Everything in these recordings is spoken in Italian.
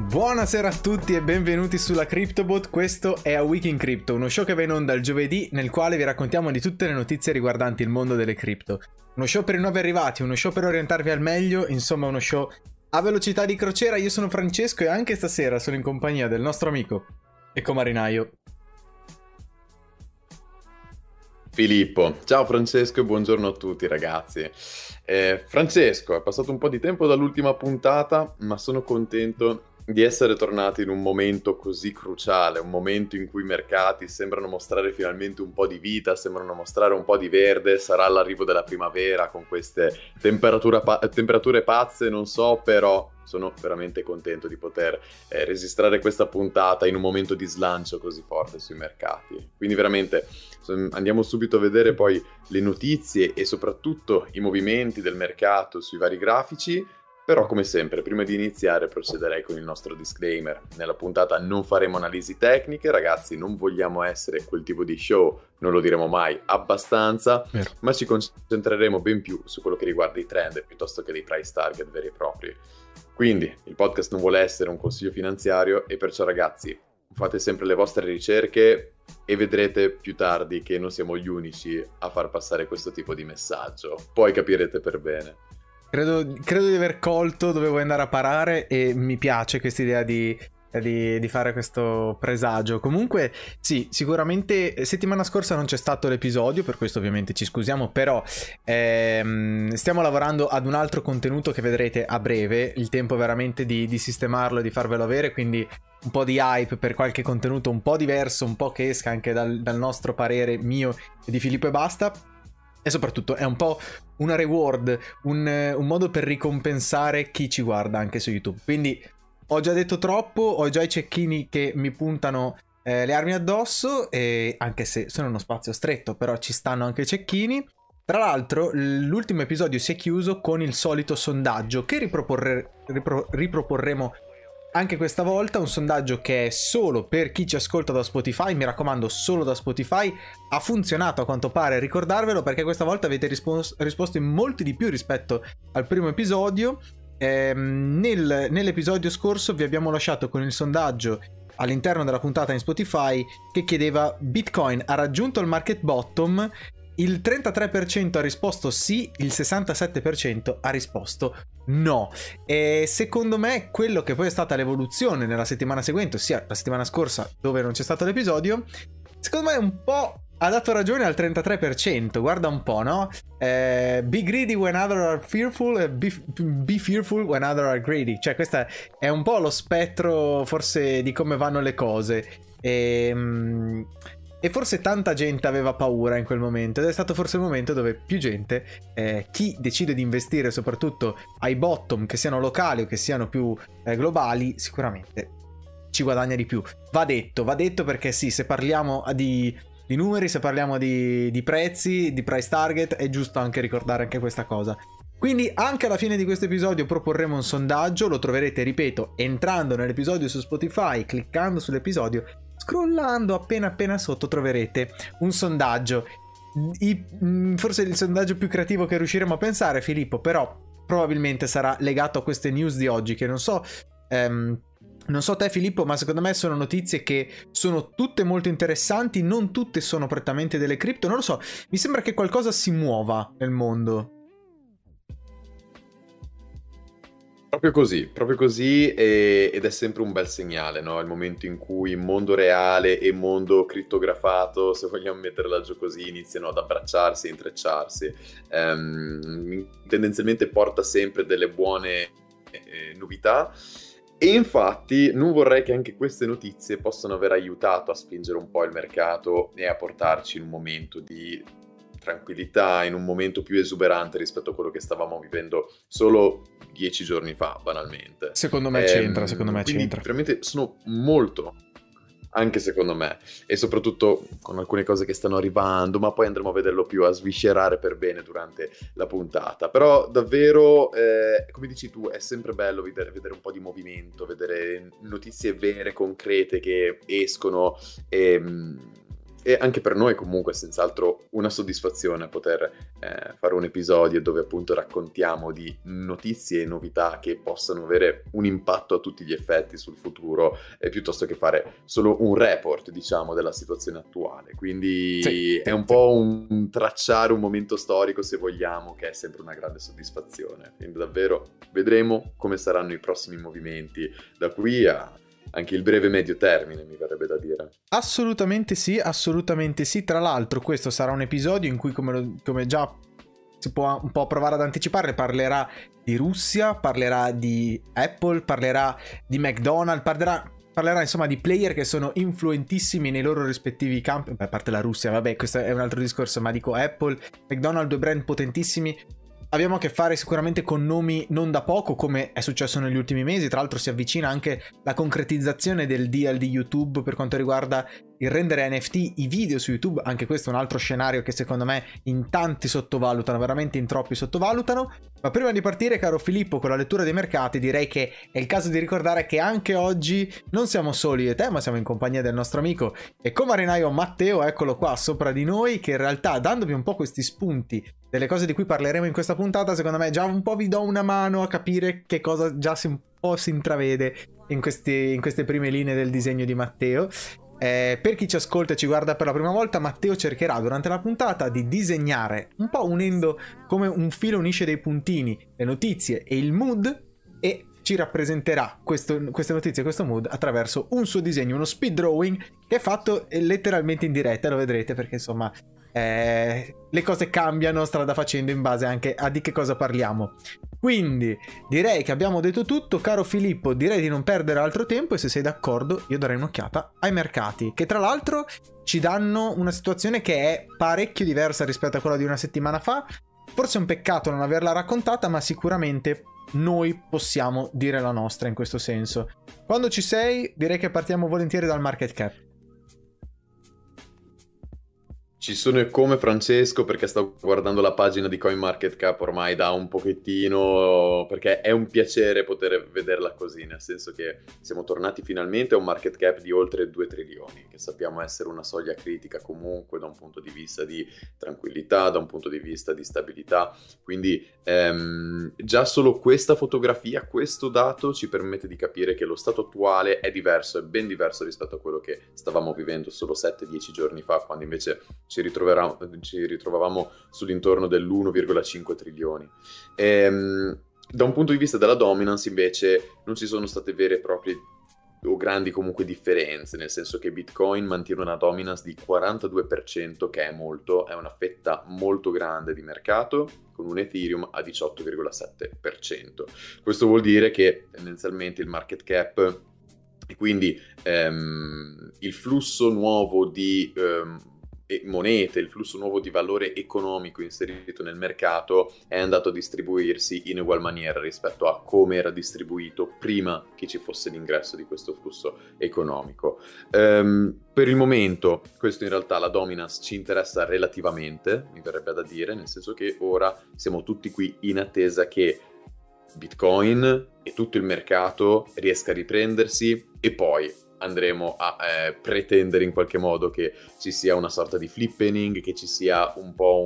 Buonasera a tutti e benvenuti sulla CryptoBot. Questo è A Week in Crypto, uno show che va in onda il giovedì nel quale vi raccontiamo di tutte le notizie riguardanti il mondo delle cripto. Uno show per i nuovi arrivati, uno show per orientarvi al meglio, insomma uno show a velocità di crociera. Io sono Francesco e anche stasera sono in compagnia del nostro amico e comarinaio Filippo. Ciao Francesco e buongiorno a tutti ragazzi. Francesco, è passato un po' di tempo dall'ultima puntata, ma sono contento di essere tornati in un momento così cruciale, un momento in cui i mercati sembrano mostrare finalmente un po' di vita, sembrano mostrare un po' di verde. Sarà l'arrivo della primavera con queste temperature pazze, non so, però sono veramente contento di poter registrare questa puntata in un momento di slancio così forte sui mercati. Quindi veramente andiamo subito a vedere poi le notizie e soprattutto i movimenti del mercato sui vari grafici. Però come sempre, prima di iniziare procederei con il nostro disclaimer. Nella puntata non faremo analisi tecniche, ragazzi, non vogliamo essere quel tipo di show, non lo diremo mai abbastanza, ma ci concentreremo ben più su quello che riguarda i trend piuttosto che dei price target veri e propri. Quindi il podcast non vuole essere un consiglio finanziario e perciò ragazzi fate sempre le vostre ricerche e vedrete più tardi che non siamo gli unici a far passare questo tipo di messaggio. Poi capirete per bene. Credo di aver colto dove vuoi andare a parare e mi piace questa idea di fare questo presagio. Comunque sì, sicuramente settimana scorsa non c'è stato l'episodio, per questo ovviamente ci scusiamo, però stiamo lavorando ad un altro contenuto che vedrete a breve. Il tempo veramente di sistemarlo e di farvelo avere, quindi un po' di hype per qualche contenuto un po' diverso, un po' che esca anche dal nostro parere, mio e di Filippo e basta. E soprattutto è un po' una reward, un modo per ricompensare chi ci guarda anche su YouTube. Quindi ho già detto troppo, ho già i cecchini che mi puntano le armi addosso, e anche se sono uno spazio stretto, però ci stanno anche i cecchini. Tra l'altro l'ultimo episodio si è chiuso con il solito sondaggio che riproporremo anche questa volta, un sondaggio che è solo per chi ci ascolta da Spotify, mi raccomando solo da Spotify. Ha funzionato a quanto pare, ricordarvelo, perché questa volta avete risposto in molti di più rispetto al primo episodio. Nell'episodio scorso vi abbiamo lasciato con il sondaggio all'interno della puntata in Spotify che chiedeva: Bitcoin ha raggiunto il market bottom? Il 33% ha risposto sì, il 67% ha risposto no. E secondo me quello che poi è stata l'evoluzione nella settimana seguente, ossia la settimana scorsa dove non c'è stato l'episodio, secondo me un po' ha dato ragione al 33%. Guarda un po', no? Be greedy when others are fearful e be fearful when others are greedy. Cioè questo è un po' lo spettro forse di come vanno le cose. E forse tanta gente aveva paura in quel momento, ed è stato forse il momento dove più gente, chi decide di investire soprattutto ai bottom, che siano locali o che siano più globali, sicuramente ci guadagna di più. Va detto perché sì, se parliamo di numeri, se parliamo di prezzi, di price target, è giusto anche ricordare anche questa cosa. Quindi anche alla fine di questo episodio proporremo un sondaggio, lo troverete, ripeto, entrando nell'episodio su Spotify, cliccando sull'episodio, scrollando appena sotto troverete un sondaggio. Forse il sondaggio più creativo che riusciremo a pensare, Filippo, però probabilmente sarà legato a queste news di oggi che non so te Filippo, ma secondo me sono notizie che sono tutte molto interessanti, non tutte sono prettamente delle cripto, non lo so, mi sembra che qualcosa si muova nel mondo. Proprio così ed è sempre un bel segnale, no? Il momento in cui mondo reale e mondo crittografato, se vogliamo metterla giù così, iniziano ad abbracciarsi e intrecciarsi. Tendenzialmente porta sempre delle buone novità. E infatti non vorrei che anche queste notizie possano aver aiutato a spingere un po' il mercato e a portarci in un momento di tranquillità, in un momento più esuberante rispetto a quello che stavamo vivendo solo 10 giorni fa, banalmente. Secondo me c'entra. Veramente sono molto, anche secondo me, e soprattutto con alcune cose che stanno arrivando, ma poi andremo a vederlo più, a sviscerare per bene durante la puntata. Però davvero, come dici tu, è sempre bello vedere un po' di movimento, vedere notizie vere, concrete che escono E anche per noi comunque è senz'altro una soddisfazione poter fare un episodio dove appunto raccontiamo di notizie e novità che possano avere un impatto a tutti gli effetti sul futuro, piuttosto che fare solo un report, diciamo, della situazione attuale. Quindi Sì, è un po' un tracciare un momento storico, se vogliamo, che è sempre una grande soddisfazione. Quindi davvero vedremo come saranno i prossimi movimenti da qui a anche il breve medio termine, mi verrebbe da dire. Assolutamente sì, assolutamente sì. Tra l'altro questo sarà un episodio in cui, come già si può un po' provare ad anticipare, parlerà di Russia, parlerà di Apple, parlerà di McDonald's, parlerà insomma di player che sono influentissimi nei loro rispettivi campi. Beh, a parte la Russia, vabbè, questo è un altro discorso, ma dico Apple, McDonald's, due brand potentissimi. Abbiamo a che fare sicuramente con nomi non da poco, come è successo negli ultimi mesi. Tra l'altro si avvicina anche la concretizzazione del deal di YouTube per quanto riguarda il rendere NFT i video su YouTube. Anche questo è un altro scenario che secondo me in tanti sottovalutano, veramente in troppi sottovalutano. Ma prima di partire, caro Filippo, con la lettura dei mercati, direi che è il caso di ricordare che anche oggi non siamo soli io e te, ma siamo in compagnia del nostro amico e comarinaio Matteo, eccolo qua sopra di noi, che in realtà, dandovi un po' questi spunti delle cose di cui parleremo in questa puntata, secondo me già un po' vi do una mano a capire che cosa già un po' si intravede in queste prime linee del disegno di Matteo. Per chi ci ascolta e ci guarda per la prima volta, Matteo cercherà durante la puntata di disegnare, un po' unendo come un filo unisce dei puntini, le notizie e il mood, e ci rappresenterà queste notizie e questo mood attraverso un suo disegno, uno speed drawing che è fatto letteralmente in diretta, lo vedrete perché insomma le cose cambiano strada facendo in base anche a di che cosa parliamo. Quindi direi che abbiamo detto tutto, caro Filippo, direi di non perdere altro tempo e se sei d'accordo io darei un'occhiata ai mercati, che tra l'altro ci danno una situazione che è parecchio diversa rispetto a quella di una settimana fa. Forse è un peccato non averla raccontata, ma sicuramente noi possiamo dire la nostra in questo senso. Quando ci sei, direi che partiamo volentieri dal market cap. Ci sono come Francesco, perché sto guardando la pagina di CoinMarketCap ormai da un pochettino, perché è un piacere poter vederla così, nel senso che siamo tornati finalmente a un market cap di oltre 2 trilioni, che sappiamo essere una soglia critica comunque da un punto di vista di tranquillità, da un punto di vista di stabilità, quindi già solo questa fotografia, questo dato ci permette di capire che lo stato attuale è diverso, è ben diverso rispetto a quello che stavamo vivendo solo 7-10 giorni fa, quando invece ci ritrovavamo sull'intorno dell'1,5 trilioni. Da un punto di vista della dominance invece non ci sono state vere e proprie o grandi comunque differenze, nel senso che Bitcoin mantiene una dominance di 42%, che è una fetta molto grande di mercato, con un Ethereum a 18,7%. Questo vuol dire che tendenzialmente il market cap e quindi il flusso nuovo di monete, il flusso nuovo di valore economico inserito nel mercato è andato a distribuirsi in ugual maniera rispetto a come era distribuito prima che ci fosse l'ingresso di questo flusso economico. Per il momento, questo in realtà la dominance ci interessa relativamente, mi verrebbe da dire, nel senso che ora siamo tutti qui in attesa che Bitcoin e tutto il mercato riesca a riprendersi e poi andremo a pretendere in qualche modo che ci sia una sorta di flippening, che ci sia un po'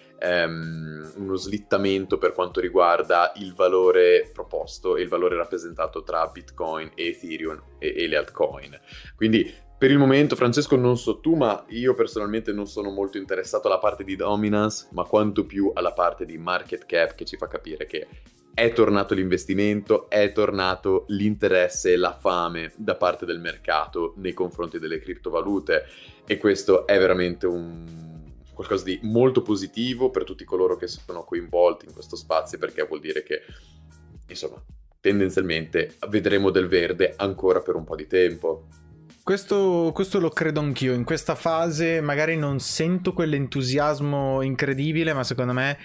uno slittamento per quanto riguarda il valore proposto e il valore rappresentato tra Bitcoin e Ethereum e le altcoin. Quindi per il momento, Francesco, non so tu, ma io personalmente non sono molto interessato alla parte di dominance, ma quanto più alla parte di market cap, che ci fa capire che è tornato l'investimento, è tornato l'interesse e la fame da parte del mercato nei confronti delle criptovalute, e questo è veramente qualcosa di molto positivo per tutti coloro che sono coinvolti in questo spazio, perché vuol dire che, insomma, tendenzialmente vedremo del verde ancora per un po' di tempo. Questo lo credo anch'io. In questa fase magari non sento quell'entusiasmo incredibile, ma secondo me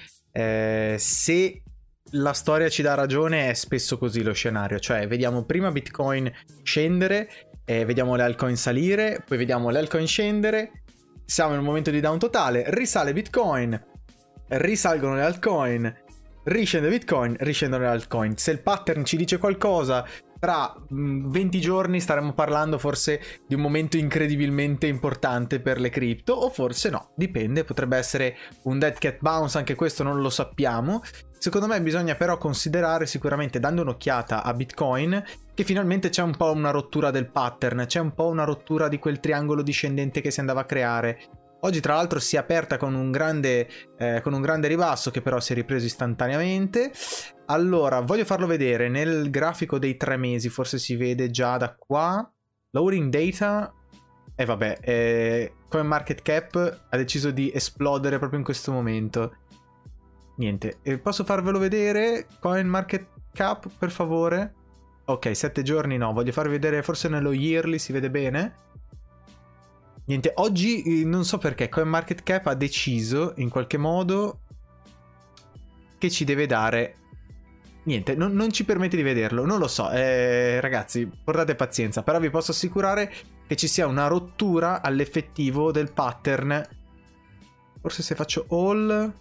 se la storia ci dà ragione è spesso così lo scenario. Cioè vediamo prima Bitcoin scendere, vediamo le altcoin salire, poi vediamo le altcoin scendere, siamo in un momento di down totale, risale Bitcoin, risalgono le altcoin, riscende Bitcoin, riscendono le altcoin. Se il pattern ci dice qualcosa, tra 20 giorni staremo parlando forse di un momento incredibilmente importante per le cripto, o forse no, dipende, potrebbe essere un dead cat bounce, anche questo non lo sappiamo. Secondo me bisogna però considerare sicuramente, dando un'occhiata a Bitcoin, che finalmente c'è un po' una rottura del pattern, c'è un po' una rottura di quel triangolo discendente che si andava a creare. Oggi tra l'altro si è aperta con un grande ribasso che però si è ripreso istantaneamente. Allora, voglio farlo vedere nel grafico dei 3 mesi, forse si vede già da qua. Loading data. E vabbè, CoinMarketCap ha deciso di esplodere proprio in questo momento. Niente, posso farvelo vedere? CoinMarketCap, per favore? Ok, 7 giorni no, voglio farvi vedere forse nello yearly, si vede bene? Niente, oggi non so perché CoinMarketCap ha deciso in qualche modo che ci deve dare... Niente, non ci permette di vederlo, non lo so, ragazzi, portate pazienza, però vi posso assicurare che ci sia una rottura all'effettivo del pattern. Forse se faccio all...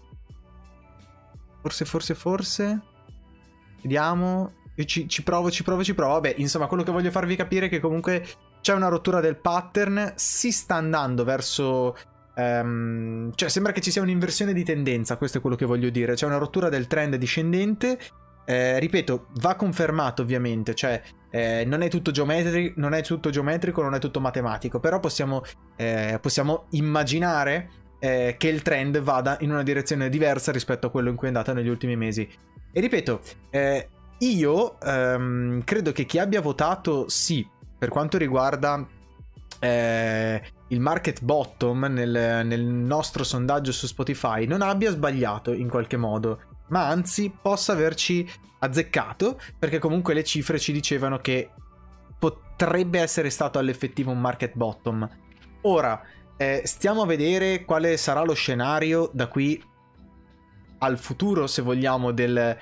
Forse... Vediamo... Io ci provo, vabbè, insomma, quello che voglio farvi capire è che comunque c'è una rottura del pattern, si sta andando verso... cioè sembra che ci sia un'inversione di tendenza, questo è quello che voglio dire, c'è una rottura del trend discendente. Ripeto, va confermato ovviamente, cioè non è tutto geometrico, non è tutto matematico, però possiamo immaginare che il trend vada in una direzione diversa rispetto a quello in cui è andata negli ultimi mesi. E ripeto, io credo che chi abbia votato sì per quanto riguarda il market bottom nel nostro sondaggio su Spotify non abbia sbagliato in qualche modo, ma anzi possa averci azzeccato, perché comunque le cifre ci dicevano che potrebbe essere stato all'effettivo un market bottom. Ora stiamo a vedere quale sarà lo scenario da qui al futuro, se vogliamo, del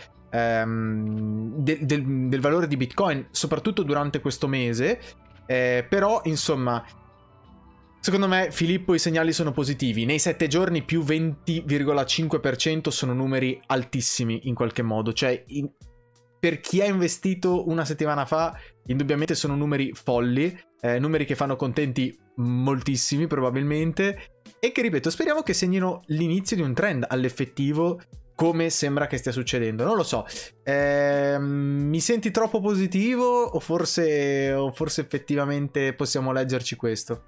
valore di Bitcoin, soprattutto durante questo mese. Però insomma, secondo me, Filippo, i segnali sono positivi. Nei 7 giorni più 20,5% sono numeri altissimi in qualche modo, cioè per chi ha investito una settimana fa indubbiamente sono numeri folli, numeri che fanno contenti moltissimi probabilmente, e che, ripeto, speriamo che segnino l'inizio di un trend all'effettivo, come sembra che stia succedendo. Non lo so, mi senti troppo positivo o forse effettivamente possiamo leggerci questo?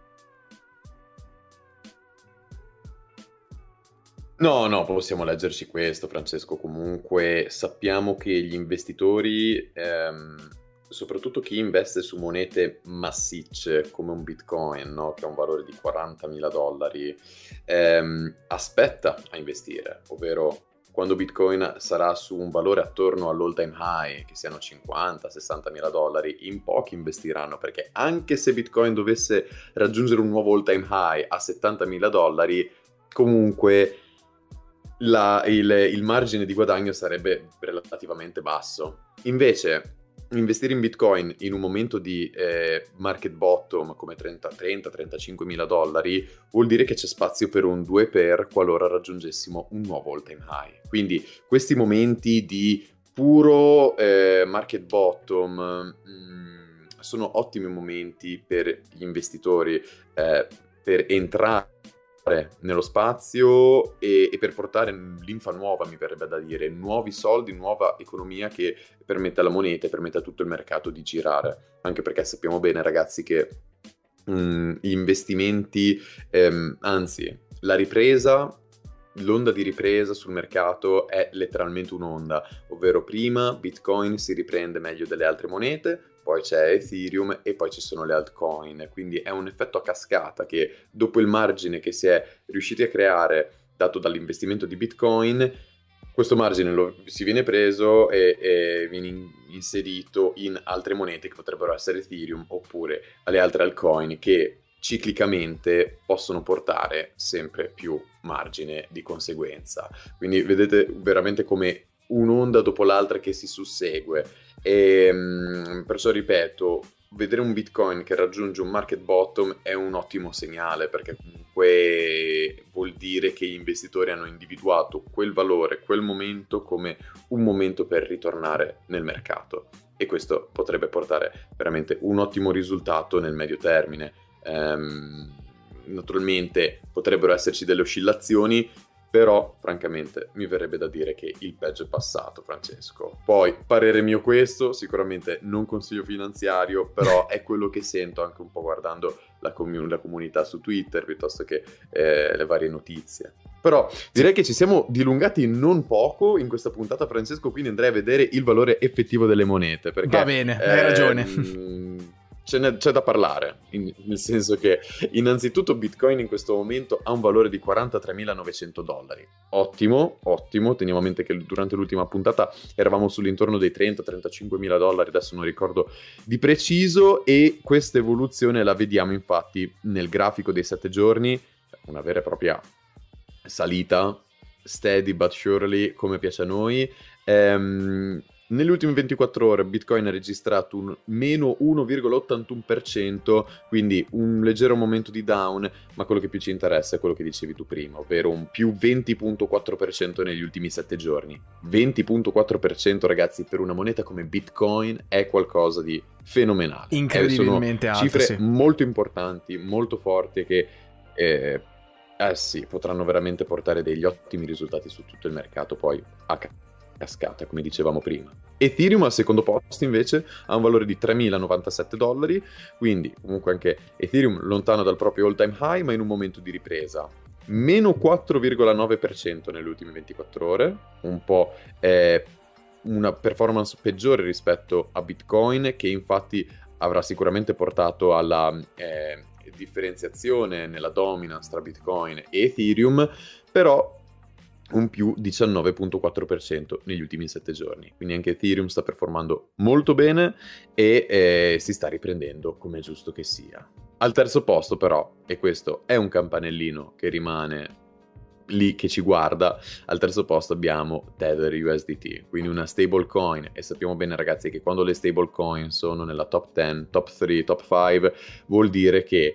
No, possiamo leggerci questo, Francesco. Comunque sappiamo che gli investitori, soprattutto chi investe su monete massicce come un Bitcoin, no? Che ha un valore di $40.000, aspetta a investire, ovvero quando Bitcoin sarà su un valore attorno all'all time high, che siano $50.000-$60.000, in pochi investiranno, perché anche se Bitcoin dovesse raggiungere un nuovo all time high a $70.000, comunque il margine di guadagno sarebbe relativamente basso. Invece, investire in Bitcoin in un momento di market bottom come $30.000-$35.000 vuol dire che c'è spazio per un 2x qualora raggiungessimo un nuovo all time high. Quindi questi momenti di puro market bottom sono ottimi momenti per gli investitori per entrare nello spazio e per portare linfa nuova, mi verrebbe da dire, nuovi soldi, nuova economia che permetta alla moneta e permetta a tutto il mercato di girare, anche perché sappiamo bene, ragazzi, che gli investimenti, anzi la ripresa, l'onda di ripresa sul mercato è letteralmente un'onda, ovvero prima Bitcoin si riprende meglio delle altre monete, poi c'è Ethereum e poi ci sono le altcoin, quindi è un effetto a cascata che dopo il margine che si è riusciti a creare dato dall'investimento di Bitcoin, questo margine si viene preso e viene inserito in altre monete che potrebbero essere Ethereum oppure alle altre altcoin che ciclicamente possono portare sempre più margine di conseguenza. Quindi vedete veramente come un'onda dopo l'altra che si sussegue. E perciò ripeto, vedere un Bitcoin che raggiunge un market bottom è un ottimo segnale, perché comunque vuol dire che gli investitori hanno individuato quel valore, quel momento come un momento per ritornare nel mercato. e questo potrebbe portare veramente un ottimo risultato nel medio termine. Naturalmente potrebbero esserci delle oscillazioni, però francamente mi verrebbe da dire che il peggio è passato, Francesco. Poi, parere mio questo, sicuramente non consiglio finanziario, però è quello che sento anche un po' guardando la comunità su Twitter, piuttosto che le varie notizie. Però direi che ci siamo dilungati non poco in questa puntata, Francesco, quindi andrei a vedere il valore effettivo delle monete. Perché, va bene, hai ragione. C'è da parlare, nel senso che innanzitutto Bitcoin in questo momento ha un valore di $43.900. Ottimo, teniamo a mente che durante l'ultima puntata eravamo sull'intorno dei $30.000-35.000, adesso non ricordo di preciso, e questa evoluzione la vediamo infatti nel grafico dei 7 giorni, una vera e propria salita, steady but surely, come piace a noi. Nelle ultime 24 ore Bitcoin ha registrato un meno 1,81%, quindi un leggero momento di down, ma quello che più ci interessa è quello che dicevi tu prima, ovvero un più 20,4% negli ultimi 7 giorni. 20,4% ragazzi, per una moneta come Bitcoin è qualcosa di fenomenale. Incredibilmente alto, cifre sì. molto importanti, molto forti, che sì, potranno veramente portare degli ottimi risultati su tutto il mercato poi a cascata, come dicevamo prima. Ethereum al secondo posto invece ha un valore di $3.097, quindi comunque anche Ethereum lontano dal proprio all time high, ma in un momento di ripresa. Meno 4,9% nelle ultime 24 ore, un po' una performance peggiore rispetto a Bitcoin, che infatti avrà sicuramente portato alla differenziazione nella dominance tra Bitcoin e Ethereum, però un più 19,4% negli ultimi 7 giorni. Quindi anche Ethereum sta performando molto bene e si sta riprendendo come è giusto che sia. Al terzo posto però, e questo è un campanellino che rimane lì che ci guarda, al terzo posto abbiamo Tether USDT, quindi una stablecoin, e sappiamo bene ragazzi che quando le stablecoin sono nella top 10, top 3, top 5, vuol dire che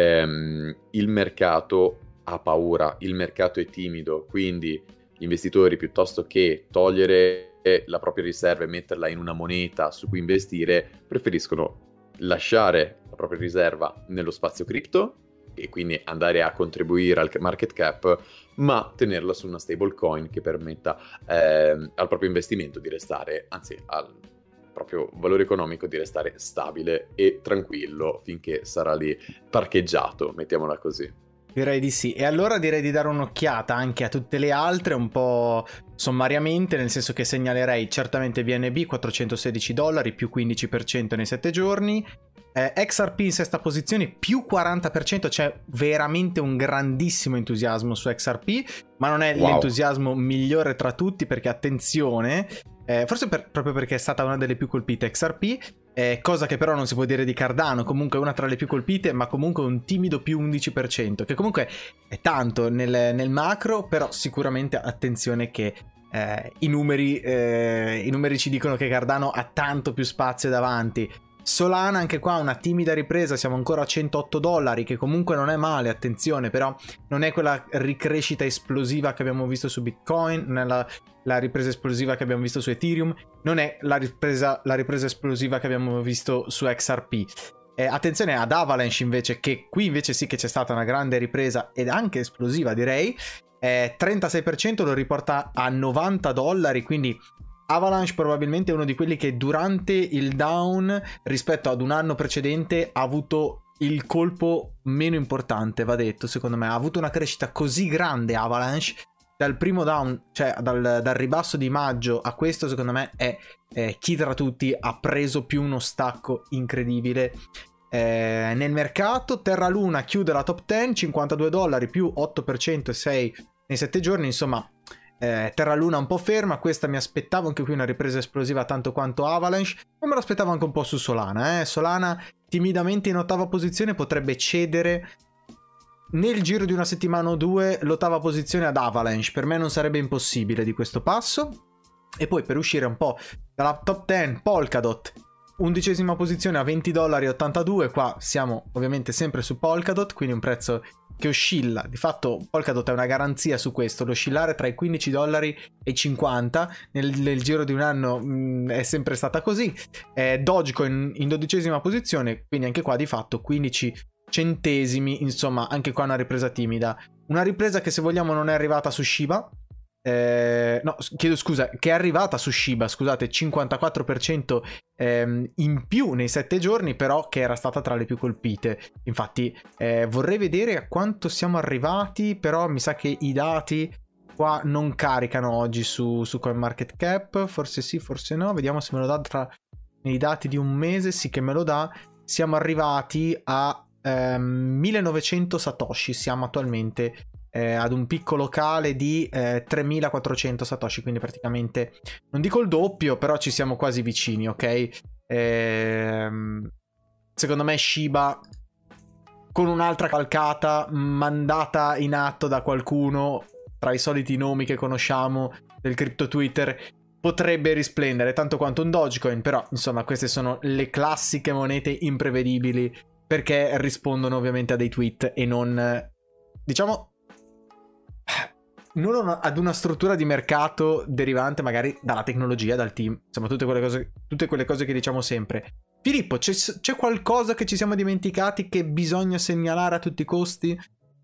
il mercato ha paura, il mercato è timido, quindi gli investitori, piuttosto che togliere la propria riserva e metterla in una moneta su cui investire, preferiscono lasciare la propria riserva nello spazio cripto e quindi andare a contribuire al market cap, ma tenerla su una stablecoin che permetta al proprio investimento di restare, anzi al proprio valore economico di restare stabile e tranquillo finché sarà lì parcheggiato, mettiamola così. Direi di sì. E allora direi di dare un'occhiata anche a tutte le altre, un po' sommariamente, nel senso che segnalerei certamente BNB $416, più 15% nei 7 giorni. XRP in sesta posizione, più 40%, c'è veramente un grandissimo entusiasmo su XRP, ma non è l'entusiasmo migliore tra tutti, perché attenzione, forse proprio perché è stata una delle più colpite XRP, cosa che però non si può dire di Cardano, comunque una tra le più colpite, ma comunque un timido più 11%, che comunque è tanto nel macro, però sicuramente attenzione che i numeri ci dicono che Cardano ha tanto più spazio davanti. Solana anche qua una timida ripresa, siamo ancora a $108, che comunque non è male, attenzione, però non è quella ricrescita esplosiva che abbiamo visto su Bitcoin, non è la ripresa esplosiva che abbiamo visto su Ethereum, non è la ripresa esplosiva che abbiamo visto su XRP. Attenzione ad Avalanche invece, che qui invece sì che c'è stata una grande ripresa ed anche esplosiva direi, 36% lo riporta a $90, quindi Avalanche probabilmente è uno di quelli che durante il down rispetto ad un anno precedente ha avuto il colpo meno importante, va detto, secondo me. Ha avuto una crescita così grande Avalanche dal primo down, cioè dal ribasso di maggio a questo, secondo me è chi tra tutti ha preso più uno stacco incredibile nel mercato. Terra Luna chiude la top 10, $52, più 8% e 6 nei 7 giorni, insomma. Terra Luna un po' ferma, questa mi aspettavo anche qui una ripresa esplosiva tanto quanto Avalanche, ma me l'aspettavo anche un po' su Solana. Solana timidamente in ottava posizione, potrebbe cedere nel giro di una settimana o due l'ottava posizione ad Avalanche, per me non sarebbe impossibile di questo passo. E poi per uscire un po' dalla top 10, Polkadot 11ª posizione a $20,82. Qua siamo ovviamente sempre su Polkadot, quindi un prezzo che oscilla. Di fatto Polkadot è una garanzia su questo, l'oscillare tra i $15 e i 50 nel giro di un anno è sempre stata così. Dogecoin in 12ª posizione, quindi anche qua di fatto 15 centesimi, insomma anche qua una ripresa timida, una ripresa che se vogliamo non è arrivata su Shiba. No, chiedo scusa, che è arrivata su Shiba, scusate, 54% in più nei 7 giorni, però che era stata tra le più colpite. Infatti vorrei vedere a quanto siamo arrivati, però mi sa che i dati qua non caricano oggi su CoinMarketCap, forse sì, forse no, vediamo se me lo dà nei dati di un mese, sì che me lo dà. Siamo arrivati a 1900 satoshi, siamo attualmente ad un picco locale di 3400 satoshi, quindi praticamente non dico il doppio, però ci siamo quasi vicini, ok? Secondo me Shiba, con un'altra calcata mandata in atto da qualcuno tra i soliti nomi che conosciamo del crypto Twitter, potrebbe risplendere tanto quanto un Dogecoin. Però insomma queste sono le classiche monete imprevedibili, perché rispondono ovviamente a dei tweet e non, diciamo, non ad una struttura di mercato derivante magari dalla tecnologia, dal team, insomma tutte quelle cose che diciamo sempre. Filippo, c'è qualcosa che ci siamo dimenticati che bisogna segnalare a tutti i costi?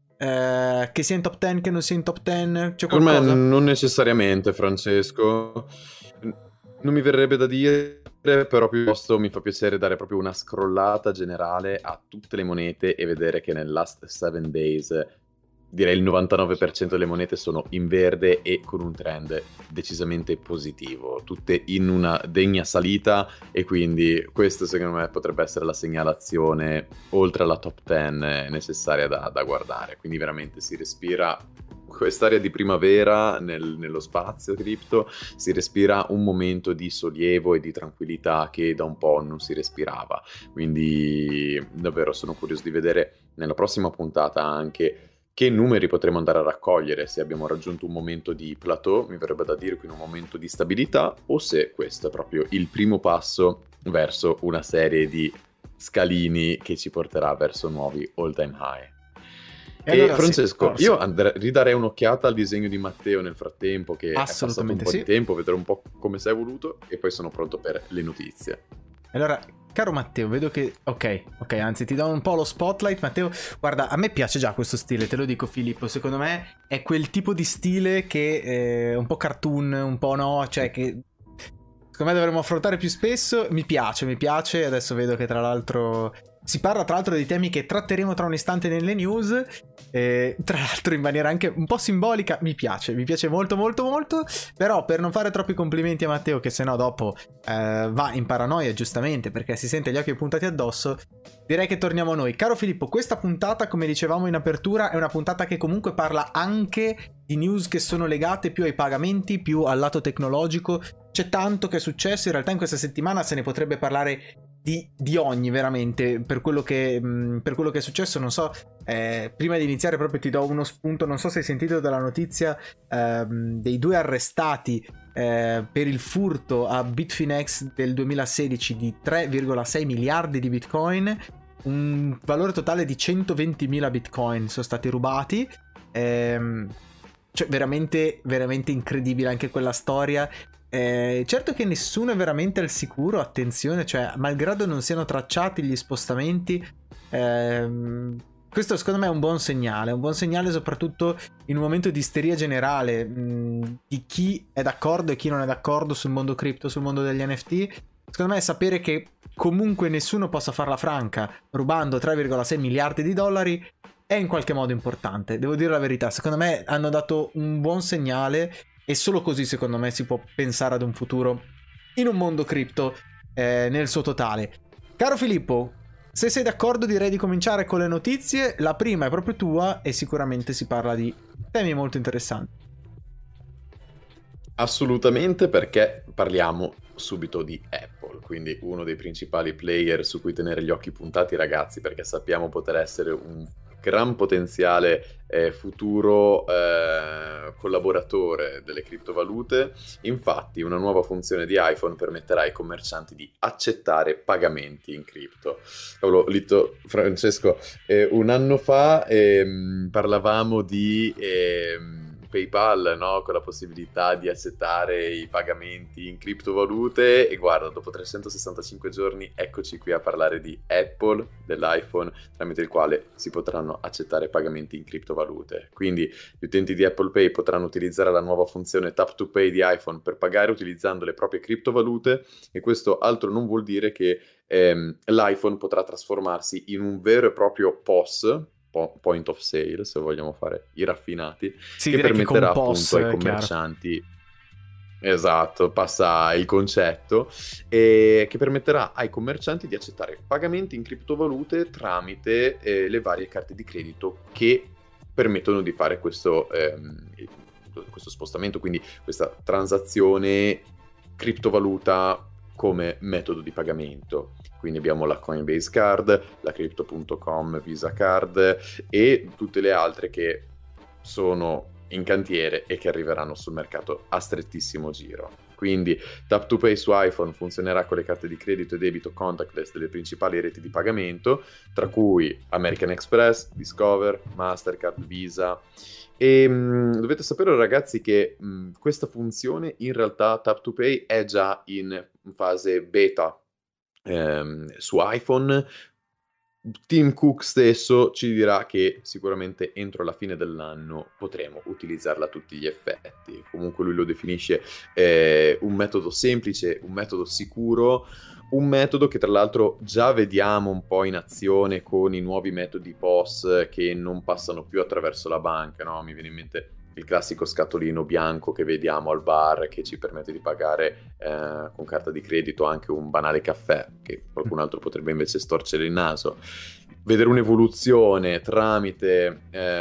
Che sia in top 10, che non sia in top 10? C'è qualcosa? Per me non necessariamente, Francesco. Non mi verrebbe da dire, però piuttosto mi fa piacere dare proprio una scrollata generale a tutte le monete e vedere che nel last 7 days direi il 99% delle monete sono in verde e con un trend decisamente positivo, tutte in una degna salita, e quindi questo secondo me potrebbe essere la segnalazione oltre alla top 10 necessaria da guardare. Quindi veramente si respira quest'area di primavera nello spazio cripto, si respira un momento di sollievo e di tranquillità che da un po' non si respirava, quindi davvero sono curioso di vedere nella prossima puntata anche che numeri potremo andare a raccogliere, se abbiamo raggiunto un momento di plateau, mi verrebbe da dire, quindi un momento di stabilità, o se questo è proprio il primo passo verso una serie di scalini che ci porterà verso nuovi all time high. E allora, Francesco, io ridarei un'occhiata al disegno di Matteo nel frattempo, che è passato un po' di tempo, vedrò un po' come sei voluto e poi sono pronto per le notizie. Allora, caro Matteo, vedo che... Ok, anzi ti do un po' lo spotlight. Matteo, guarda, a me piace già questo stile, te lo dico Filippo, secondo me è quel tipo di stile che è un po' cartoon, un po' no, cioè che secondo me dovremmo affrontare più spesso. Mi piace, adesso vedo che tra l'altro... Si parla tra l'altro di temi che tratteremo tra un istante nelle news, tra l'altro in maniera anche un po' simbolica. Mi piace molto, però per non fare troppi complimenti a Matteo, che sennò dopo va in paranoia, giustamente, perché si sente gli occhi puntati addosso, direi che torniamo a noi. Caro Filippo, questa puntata, come dicevamo in apertura, è una puntata che comunque parla anche di news che sono legate più ai pagamenti, più al lato tecnologico. C'è tanto che è successo, in realtà in questa settimana se ne potrebbe parlare di ogni, veramente, per quello che è successo. Non so, prima di iniziare proprio ti do uno spunto, non so se hai sentito della notizia dei 2 arrestati per il furto a Bitfinex del 2016 di 3,6 miliardi di bitcoin, un valore totale di 120.000 bitcoin sono stati rubati. Cioè veramente incredibile anche quella storia. Certo che nessuno è veramente al sicuro, attenzione, cioè malgrado non siano tracciati gli spostamenti, questo secondo me è un buon segnale soprattutto in un momento di isteria generale di chi è d'accordo e chi non è d'accordo sul mondo cripto, sul mondo degli NFT. Secondo me sapere che comunque nessuno possa farla franca rubando 3,6 miliardi di dollari è in qualche modo importante, devo dire la verità. Secondo me hanno dato un buon segnale, e solo così secondo me si può pensare ad un futuro in un mondo cripto nel suo totale. Caro Filippo, se sei d'accordo direi di cominciare con le notizie. La prima è proprio tua e sicuramente si parla di temi molto interessanti. Assolutamente, perché parliamo subito di Apple, quindi uno dei principali player su cui tenere gli occhi puntati, ragazzi, perché sappiamo poter essere un gran potenziale futuro collaboratore delle criptovalute. Infatti una nuova funzione di iPhone permetterà ai commercianti di accettare pagamenti in cripto. Cavolo, Lito, Francesco, un anno fa parlavamo di PayPal, no? Con la possibilità di accettare i pagamenti in criptovalute, e guarda, dopo 365 giorni eccoci qui a parlare di Apple, dell'iPhone, tramite il quale si potranno accettare pagamenti in criptovalute. Quindi gli utenti di Apple Pay potranno utilizzare la nuova funzione Tap to Pay di iPhone per pagare utilizzando le proprie criptovalute, e questo altro non vuol dire che l'iPhone potrà trasformarsi in un vero e proprio POS, point of sale, se vogliamo fare i raffinati, sì, che permetterà che POS, appunto ai commercianti, esatto, passa il concetto, e che permetterà ai commercianti di accettare pagamenti in criptovalute tramite le varie carte di credito che permettono di fare questo spostamento, quindi questa transazione criptovaluta come metodo di pagamento. Quindi abbiamo la Coinbase Card, la Crypto.com Visa Card e tutte le altre che sono in cantiere e che arriveranno sul mercato a strettissimo giro. Quindi Tap to Pay su iPhone funzionerà con le carte di credito e debito contactless delle principali reti di pagamento, tra cui American Express, Discover, Mastercard, Visa. E dovete sapere, ragazzi, che questa funzione in realtà Tap to Pay è già in fase beta su iPhone. Tim Cook stesso ci dirà che sicuramente entro la fine dell'anno potremo utilizzarla a tutti gli effetti. Comunque lui lo definisce un metodo semplice, un metodo sicuro, un metodo che tra l'altro già vediamo un po' in azione con i nuovi metodi POS che non passano più attraverso la banca, no? Mi viene in mente il classico scatolino bianco che vediamo al bar, che ci permette di pagare con carta di credito anche un banale caffè, che qualcun altro potrebbe invece storcere il naso. Vedere un'evoluzione tramite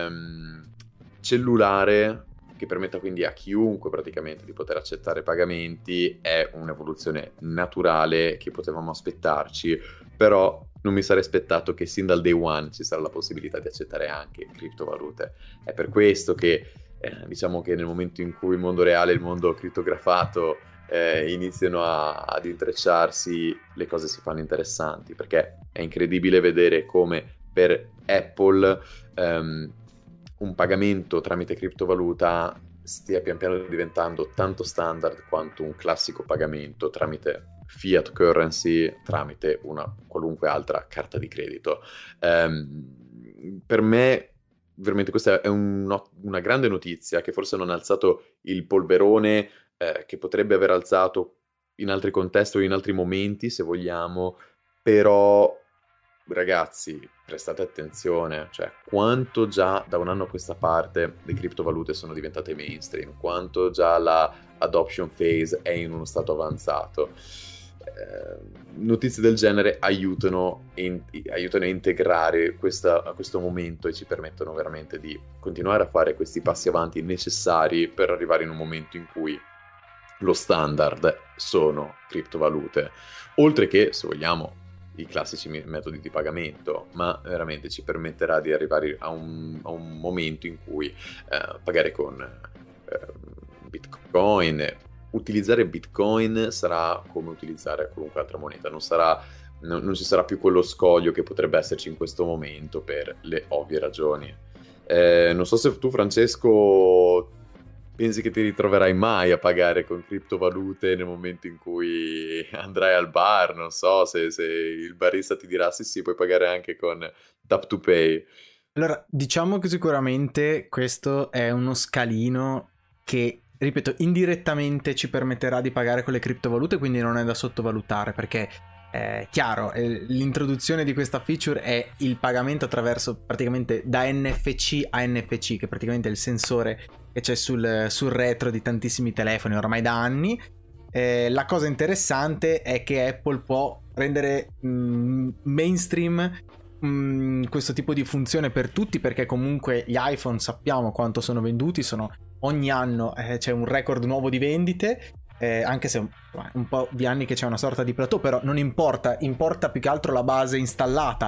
cellulare che permetta quindi a chiunque praticamente di poter accettare pagamenti è un'evoluzione naturale che potevamo aspettarci, però non mi sarei aspettato che sin dal day one ci sarà la possibilità di accettare anche criptovalute. È per questo che diciamo che nel momento in cui il mondo reale e il mondo crittografato iniziano ad intrecciarsi, le cose si fanno interessanti, perché è incredibile vedere come per Apple un pagamento tramite criptovaluta stia pian piano diventando tanto standard quanto un classico pagamento tramite fiat currency, tramite una qualunque altra carta di credito. Per me veramente questa è una grande notizia che forse non ha alzato il polverone che potrebbe aver alzato in altri contesti o in altri momenti, se vogliamo, però ragazzi, prestate attenzione, cioè quanto già da un anno a questa parte le criptovalute sono diventate mainstream, quanto già la adoption phase è in uno stato avanzato. Notizie del genere aiutano a integrare a questo momento e ci permettono veramente di continuare a fare questi passi avanti necessari per arrivare in un momento in cui lo standard sono criptovalute, oltre che, se vogliamo, i classici metodi di pagamento, ma veramente ci permetterà di arrivare a un momento in cui pagare con Bitcoin, utilizzare Bitcoin sarà come utilizzare qualunque altra moneta, non ci sarà più quello scoglio che potrebbe esserci in questo momento per le ovvie ragioni. Non so se tu, Francesco, pensi che ti ritroverai mai a pagare con criptovalute nel momento in cui andrai al bar, non so se il barista ti dirà sì, puoi pagare anche con Tap to Pay. Allora, diciamo che sicuramente questo è uno scalino che, ripeto, indirettamente ci permetterà di pagare con le criptovalute, quindi non è da sottovalutare, perché è chiaro, l'introduzione di questa feature è il pagamento attraverso praticamente da NFC a NFC, che praticamente è il sensore che c'è sul retro di tantissimi telefoni ormai da anni. La cosa interessante è che Apple può rendere mainstream questo tipo di funzione per tutti, perché comunque gli iPhone sappiamo quanto sono venduti, ogni anno c'è un record nuovo di vendite, anche se un po' di anni che c'è una sorta di plateau, però non importa più che altro la base installata.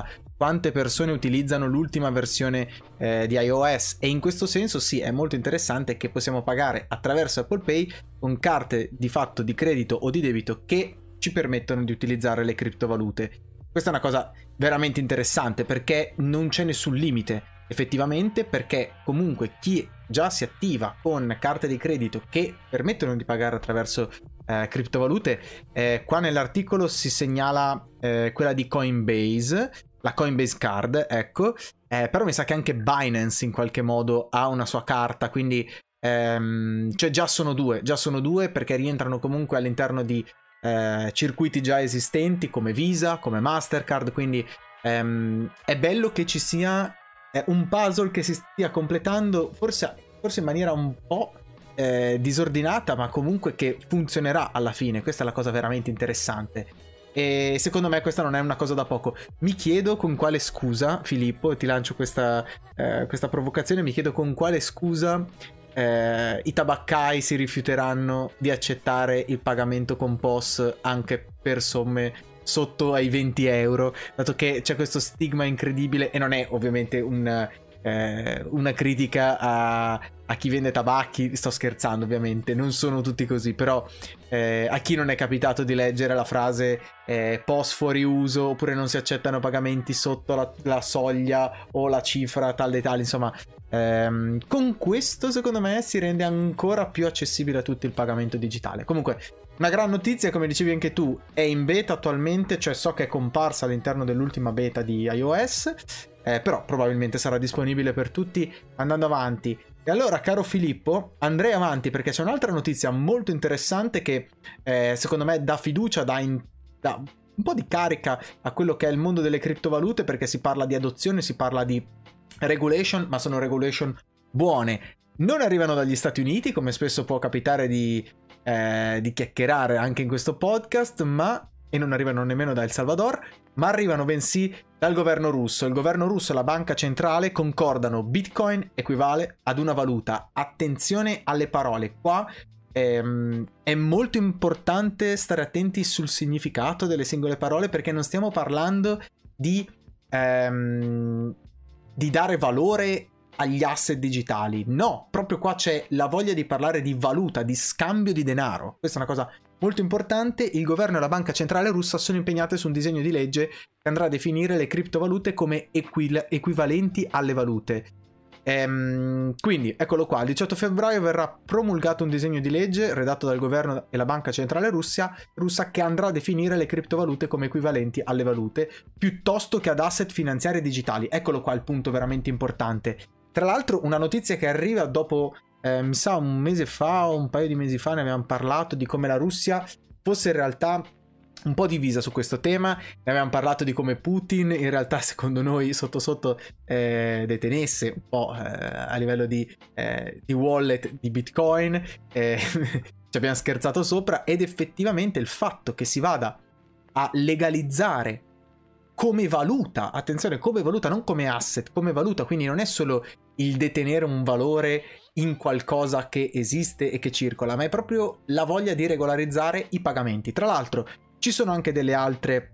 quante persone utilizzano l'ultima versione di iOS, e in questo senso sì, è molto interessante che possiamo pagare attraverso Apple Pay con carte di fatto di credito o di debito che ci permettono di utilizzare le criptovalute. Questa è una cosa veramente interessante perché non c'è nessun limite effettivamente, perché comunque chi già si attiva con carte di credito che permettono di pagare attraverso criptovalute, qua nell'articolo si segnala quella di Coinbase, la Coinbase Card, ecco, però mi sa che anche Binance in qualche modo ha una sua carta, quindi cioè già sono due perché rientrano comunque all'interno di circuiti già esistenti come Visa, come Mastercard, quindi è bello che ci sia un puzzle che si stia completando, forse in maniera un po' disordinata, ma comunque che funzionerà alla fine. Questa è la cosa veramente interessante. E secondo me questa non è una cosa da poco. Mi chiedo con quale scusa, Filippo, ti lancio questa provocazione, mi chiedo con quale scusa i tabaccai si rifiuteranno di accettare il pagamento con POS anche per somme sotto ai 20 euro, dato che c'è questo stigma incredibile, e non è ovviamente una critica a chi vende tabacchi, sto scherzando ovviamente, non sono tutti così, però a chi non è capitato di leggere la frase POS fuori uso, oppure non si accettano pagamenti sotto la soglia o la cifra tal e tal, insomma, con questo secondo me si rende ancora più accessibile a tutti il pagamento digitale. Comunque una gran notizia, come dicevi anche tu, è in beta attualmente, cioè so che è comparsa all'interno dell'ultima beta di iOS, però probabilmente sarà disponibile per tutti andando avanti. E allora, caro Filippo, andrei avanti perché c'è un'altra notizia molto interessante che secondo me dà fiducia, dà un po' di carica a quello che è il mondo delle criptovalute, perché si parla di adozione, si parla di regulation, ma sono regulation buone. Non arrivano dagli Stati Uniti, come spesso può capitare di chiacchierare anche in questo podcast, e non arrivano nemmeno da El Salvador, ma arrivano bensì dal governo russo. Il governo russo e la banca centrale concordano: Bitcoin equivale ad una valuta. Attenzione alle parole, qua è molto importante stare attenti sul significato delle singole parole, perché non stiamo parlando di dare valore agli asset digitali, no, proprio qua c'è la voglia di parlare di valuta, di scambio di denaro. Questa è una cosa molto importante. Il governo e la banca centrale russa sono impegnate su un disegno di legge che andrà a definire le criptovalute come equivalenti alle valute. Quindi eccolo qua, il 18 febbraio verrà promulgato un disegno di legge redatto dal governo e la banca centrale russa che andrà a definire le criptovalute come equivalenti alle valute piuttosto che ad asset finanziari digitali. Eccolo qua il punto veramente importante. Tra l'altro una notizia che arriva dopo mi sa un mese fa o un paio di mesi fa ne abbiamo parlato, di come la Russia fosse in realtà un po' divisa su questo tema. Ne abbiamo parlato di come Putin in realtà secondo noi sotto sotto detenesse un po' a livello di wallet di Bitcoin, ci abbiamo scherzato sopra, ed effettivamente il fatto che si vada a legalizzare come valuta, attenzione, come valuta, non come asset, come valuta, quindi non è solo il detenere un valore in qualcosa che esiste e che circola, ma è proprio la voglia di regolarizzare i pagamenti. Tra l'altro ci sono anche delle altre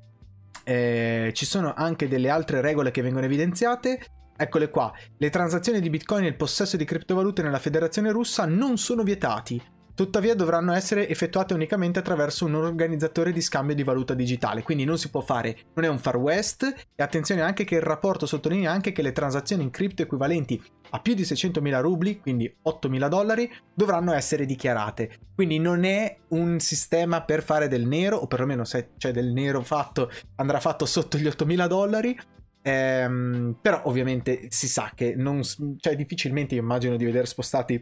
regole che vengono evidenziate. Eccole qua: le transazioni di Bitcoin e il possesso di criptovalute nella Federazione Russa non sono vietati, tuttavia dovranno essere effettuate unicamente attraverso un organizzatore di scambio di valuta digitale. Quindi non si può fare, non è un Far West. E attenzione anche che il rapporto sottolinea anche che le transazioni in cripto equivalenti a più di 600.000 rubli, quindi $8.000, dovranno essere dichiarate. Quindi non è un sistema per fare del nero, o perlomeno se c'è del nero fatto andrà fatto sotto gli $8.000. Però ovviamente si sa che cioè difficilmente io immagino di vedere spostati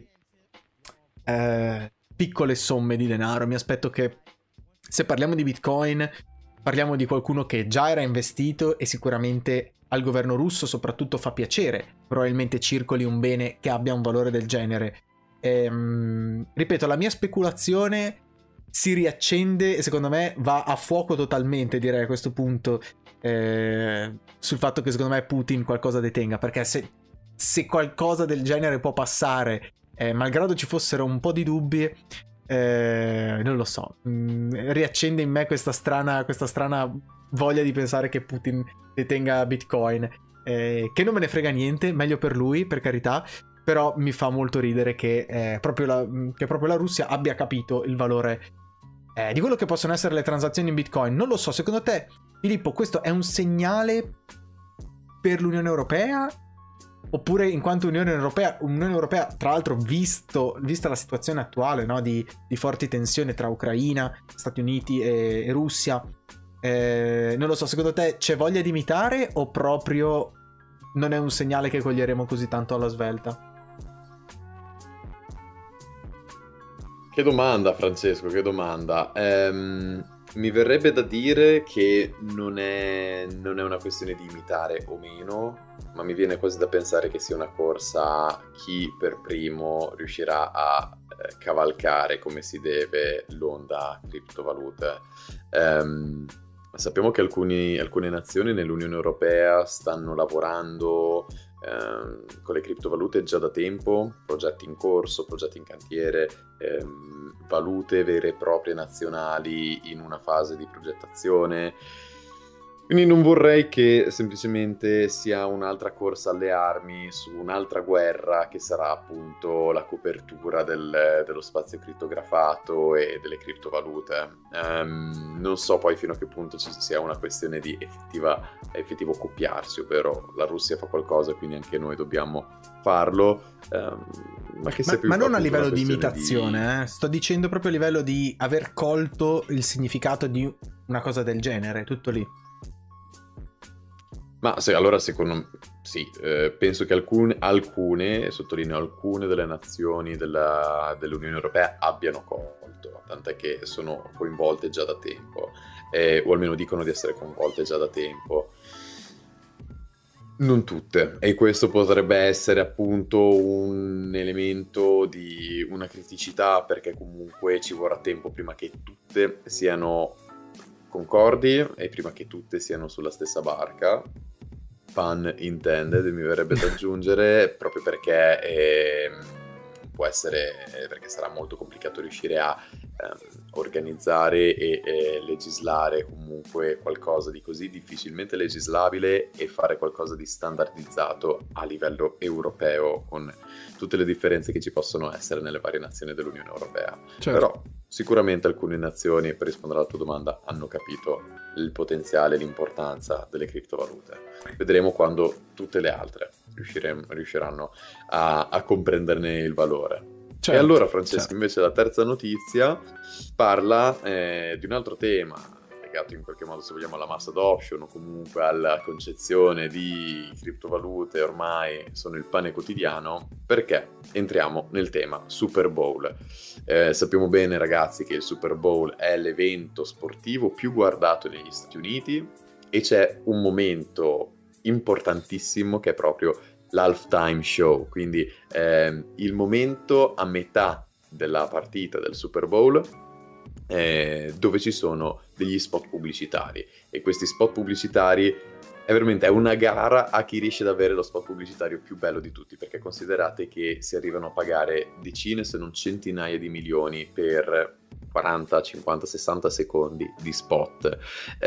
piccole somme di denaro. Mi aspetto che, se parliamo di Bitcoin, parliamo di qualcuno che già era investito, e sicuramente al governo russo soprattutto fa piacere probabilmente circoli un bene che abbia un valore del genere. Ripeto, la mia speculazione si riaccende e secondo me va a fuoco totalmente, direi a questo punto, sul fatto che secondo me Putin qualcosa detenga, perché se qualcosa del genere può passare, malgrado ci fossero un po' di dubbi, Non lo so, riaccende in me questa strana voglia di pensare che Putin detenga Bitcoin, che non me ne frega niente, meglio per lui, per carità, però mi fa molto ridere che proprio la Russia abbia capito il valore di quello che possono essere le transazioni in Bitcoin. Non lo so, secondo te, Filippo, questo è un segnale per l'Unione Europea? Oppure in quanto Unione Europea, tra l'altro, vista la situazione attuale, no, di forti tensioni tra Ucraina, Stati Uniti e Russia, non lo so, secondo te c'è voglia di imitare o proprio non è un segnale che coglieremo così tanto alla svelta? Che domanda, Francesco, che domanda. Mi verrebbe da dire che non è una questione di imitare o meno, ma mi viene quasi da pensare che sia una corsa a chi per primo riuscirà a cavalcare come si deve l'onda criptovalute. Sappiamo che alcune nazioni nell'Unione Europea stanno lavorando con le criptovalute già da tempo, progetti in corso, progetti in cantiere, valute vere e proprie nazionali in una fase di progettazione. Quindi non vorrei che semplicemente sia un'altra corsa alle armi su un'altra guerra che sarà appunto la copertura dello spazio crittografato e delle criptovalute. Non so poi fino a che punto ci sia una questione di effettivo copiarsi, ovvero la Russia fa qualcosa, quindi anche noi dobbiamo farlo. Ma che sia più ma non a appunto livello una di questione imitazione, sto dicendo proprio a livello di aver colto il significato di una cosa del genere, tutto lì. Ma allora secondo me sì, penso che alcune, sottolineo alcune delle nazioni dell'Unione Europea abbiano colto, tant'è che sono coinvolte già da tempo, o almeno dicono di essere coinvolte già da tempo. Non tutte, e questo potrebbe essere appunto un elemento di una criticità, perché comunque ci vorrà tempo prima che tutte siano concordi e prima che tutte siano sulla stessa barca, pun intended, mi verrebbe da aggiungere, proprio perché può essere, perché sarà molto complicato riuscire a organizzare e legislare comunque qualcosa di così difficilmente legislabile e fare qualcosa di standardizzato a livello europeo, con tutte le differenze che ci possono essere nelle varie nazioni dell'Unione Europea. Certo. Però sicuramente alcune nazioni, per rispondere alla tua domanda, hanno capito il potenziale e l'importanza delle criptovalute. Vedremo quando tutte le altre riusciranno a comprenderne il valore. Certo, e allora, Francesco, certo. invece la terza notizia parla di un altro tema legato in qualche modo, se vogliamo, alla mass adoption o comunque alla concezione di criptovalute ormai sono il pane quotidiano, perché entriamo nel tema Super Bowl. Sappiamo bene, ragazzi, che il Super Bowl è l'evento sportivo più guardato negli Stati Uniti e c'è un momento importantissimo che è proprio l'halftime show, quindi il momento a metà della partita del Super Bowl dove ci sono degli spot pubblicitari, e questi spot pubblicitari è una gara a chi riesce ad avere lo spot pubblicitario più bello di tutti, perché considerate che si arrivano a pagare decine se non centinaia di milioni per 40, 50, 60 secondi di spot,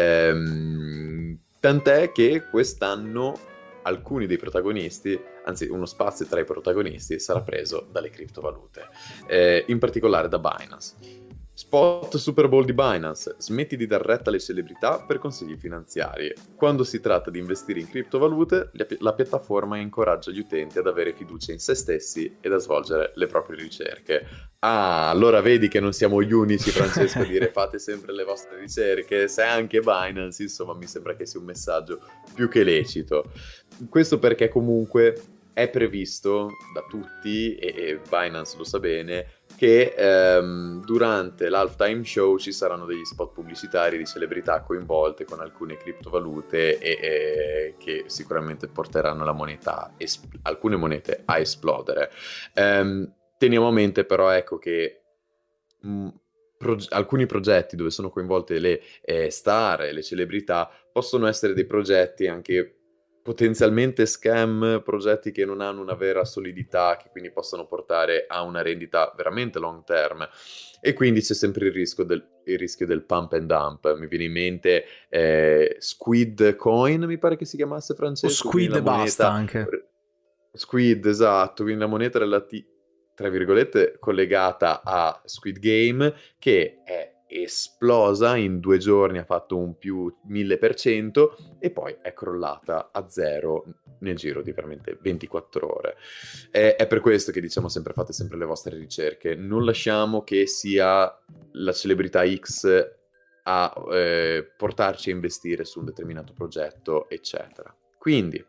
tant'è che quest'anno alcuni dei protagonisti, anzi uno spazio tra i protagonisti, sarà preso dalle criptovalute, in particolare da Binance. Spot Super Bowl di Binance: smetti di dar retta alle celebrità per consigli finanziari. Quando si tratta di investire in criptovalute, la piattaforma incoraggia gli utenti ad avere fiducia in se stessi ed a svolgere le proprie ricerche. Ah, allora vedi che non siamo gli unici, Francesco, a dire fate sempre le vostre ricerche, se anche Binance, insomma, mi sembra che sia un messaggio più che lecito. Questo perché comunque è previsto da tutti, e Binance lo sa bene, che durante l'halftime show ci saranno degli spot pubblicitari di celebrità coinvolte con alcune criptovalute e che sicuramente porteranno alcune monete a esplodere. Teniamo a mente però, ecco, che alcuni progetti dove sono coinvolte le star e le celebrità possono essere dei progetti anche potenzialmente scam, progetti che non hanno una vera solidità, che quindi possono portare a una rendita veramente long term. E quindi c'è sempre il rischio del pump and dump. Mi viene in mente Squid Coin, mi pare che si chiamasse, O Francesco, quindi Squid la e basta moneta anche. Squid, esatto, quindi la moneta tra virgolette collegata a Squid Game, che è esplosa in 2 giorni, ha fatto un più 1000% e poi è crollata a zero nel giro di veramente 24 ore. È per questo che diciamo sempre: fate sempre le vostre ricerche, non lasciamo che sia la celebrità X a portarci a investire su un determinato progetto, eccetera. Quindi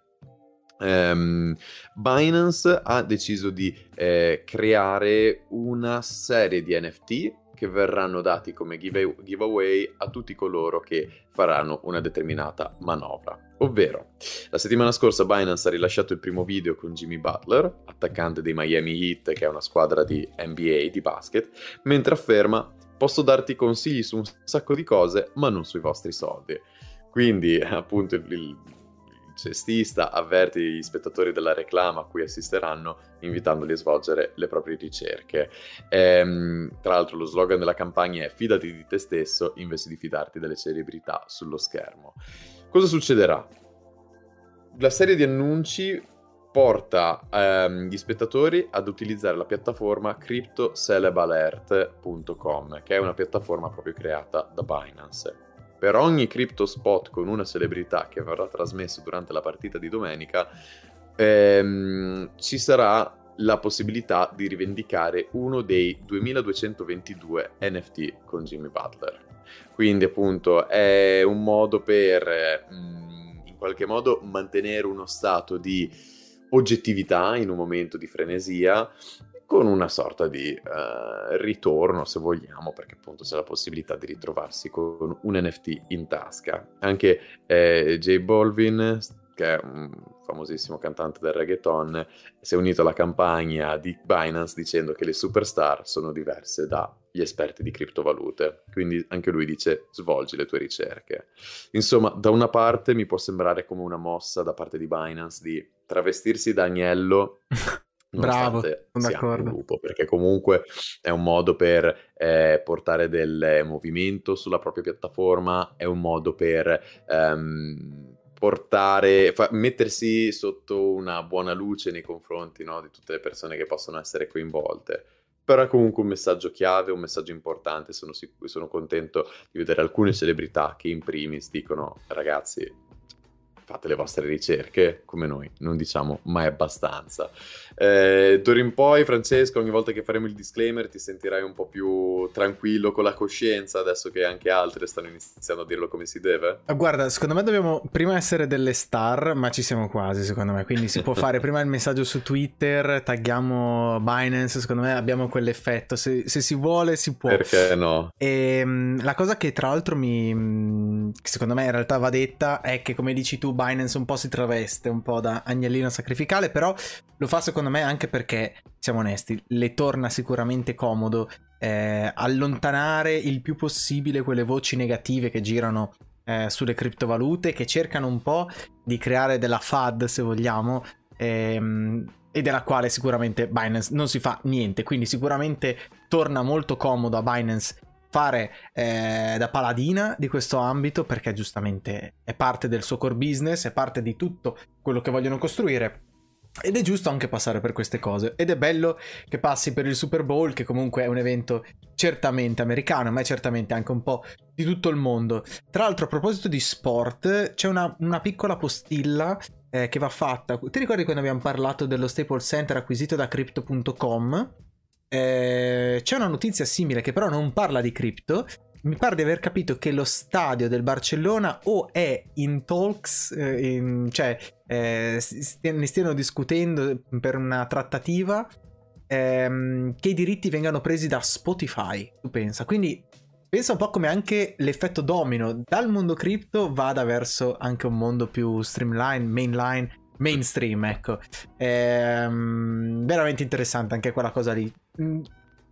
Binance ha deciso di creare una serie di NFT che verranno dati come giveaway a tutti coloro che faranno una determinata manovra. Ovvero, la settimana scorsa Binance ha rilasciato il primo video con Jimmy Butler, attaccante dei Miami Heat, che è una squadra di NBA di basket, mentre afferma: posso darti consigli su un sacco di cose, ma non sui vostri soldi. Quindi, appunto, il cestista avverte gli spettatori della reclama a cui assisteranno, invitandoli a svolgere le proprie ricerche. Tra l'altro lo slogan della campagna è: fidati di te stesso invece di fidarti delle celebrità sullo schermo. Cosa succederà? La serie di annunci porta gli spettatori ad utilizzare la piattaforma cryptocelebalert.com, che è una piattaforma proprio creata da Binance. Per ogni crypto spot con una celebrità che verrà trasmesso durante la partita di domenica, ci sarà la possibilità di rivendicare uno dei 2222 NFT con Jimmy Butler. Quindi appunto è un modo per in qualche modo mantenere uno stato di oggettività in un momento di frenesia, con una sorta di ritorno, se vogliamo, perché appunto c'è la possibilità di ritrovarsi con un NFT in tasca. Anche J Balvin, che è un famosissimo cantante del reggaeton, si è unito alla campagna di Binance dicendo che le superstar sono diverse dagli esperti di criptovalute. Quindi anche lui dice: svolgi le tue ricerche. Insomma, da una parte mi può sembrare come una mossa da parte di Binance di travestirsi da agnello nonostante Bravo, sono sia anche un d'accordo. lupo, perché comunque è un modo per portare del movimento sulla propria piattaforma, è un modo per mettersi sotto una buona luce nei confronti, no, di tutte le persone che possono essere coinvolte. Però è comunque un messaggio chiave, un messaggio importante. Sono contento di vedere alcune celebrità che in primis dicono: ragazzi, fate le vostre ricerche, come noi non diciamo mai abbastanza. D'ora in poi, Francesco, ogni volta che faremo il disclaimer ti sentirai un po' più tranquillo con la coscienza, adesso che anche altre stanno iniziando a dirlo come si deve? Guarda, secondo me dobbiamo prima essere delle star, ma ci siamo quasi, secondo me. Quindi si può fare prima il messaggio su Twitter, tagghiamo Binance, secondo me abbiamo quell'effetto. Se si vuole, si può. Perché no? E la cosa che tra l'altro secondo me in realtà va detta è che, come dici tu, Binance un po' si traveste un po' da agnellino sacrificale, però lo fa secondo me anche perché, siamo onesti, le torna sicuramente comodo allontanare il più possibile quelle voci negative che girano sulle criptovalute, che cercano un po' di creare della FUD, se vogliamo, e della quale sicuramente Binance non si fa niente. Quindi sicuramente torna molto comodo a Binance fare da paladina di questo ambito, perché giustamente è parte del suo core business, è parte di tutto quello che vogliono costruire. Ed è giusto anche passare per queste cose. Ed è bello che passi per il Super Bowl, che comunque è un evento certamente americano, ma è certamente anche un po' di tutto il mondo. Tra l'altro, a proposito di sport, c'è una piccola postilla che va fatta. Ti ricordi quando abbiamo parlato dello Staples Center acquisito da Crypto.com? C'è una notizia simile che però non parla di cripto. Mi pare di aver capito che lo stadio del Barcellona o è in talks, cioè ne stiano discutendo per una trattativa, che i diritti vengano presi da Spotify, tu pensa. Quindi pensa un po' come anche l'effetto domino dal mondo cripto vada verso anche un mondo più streamline, mainstream, ecco. Veramente interessante anche quella cosa lì.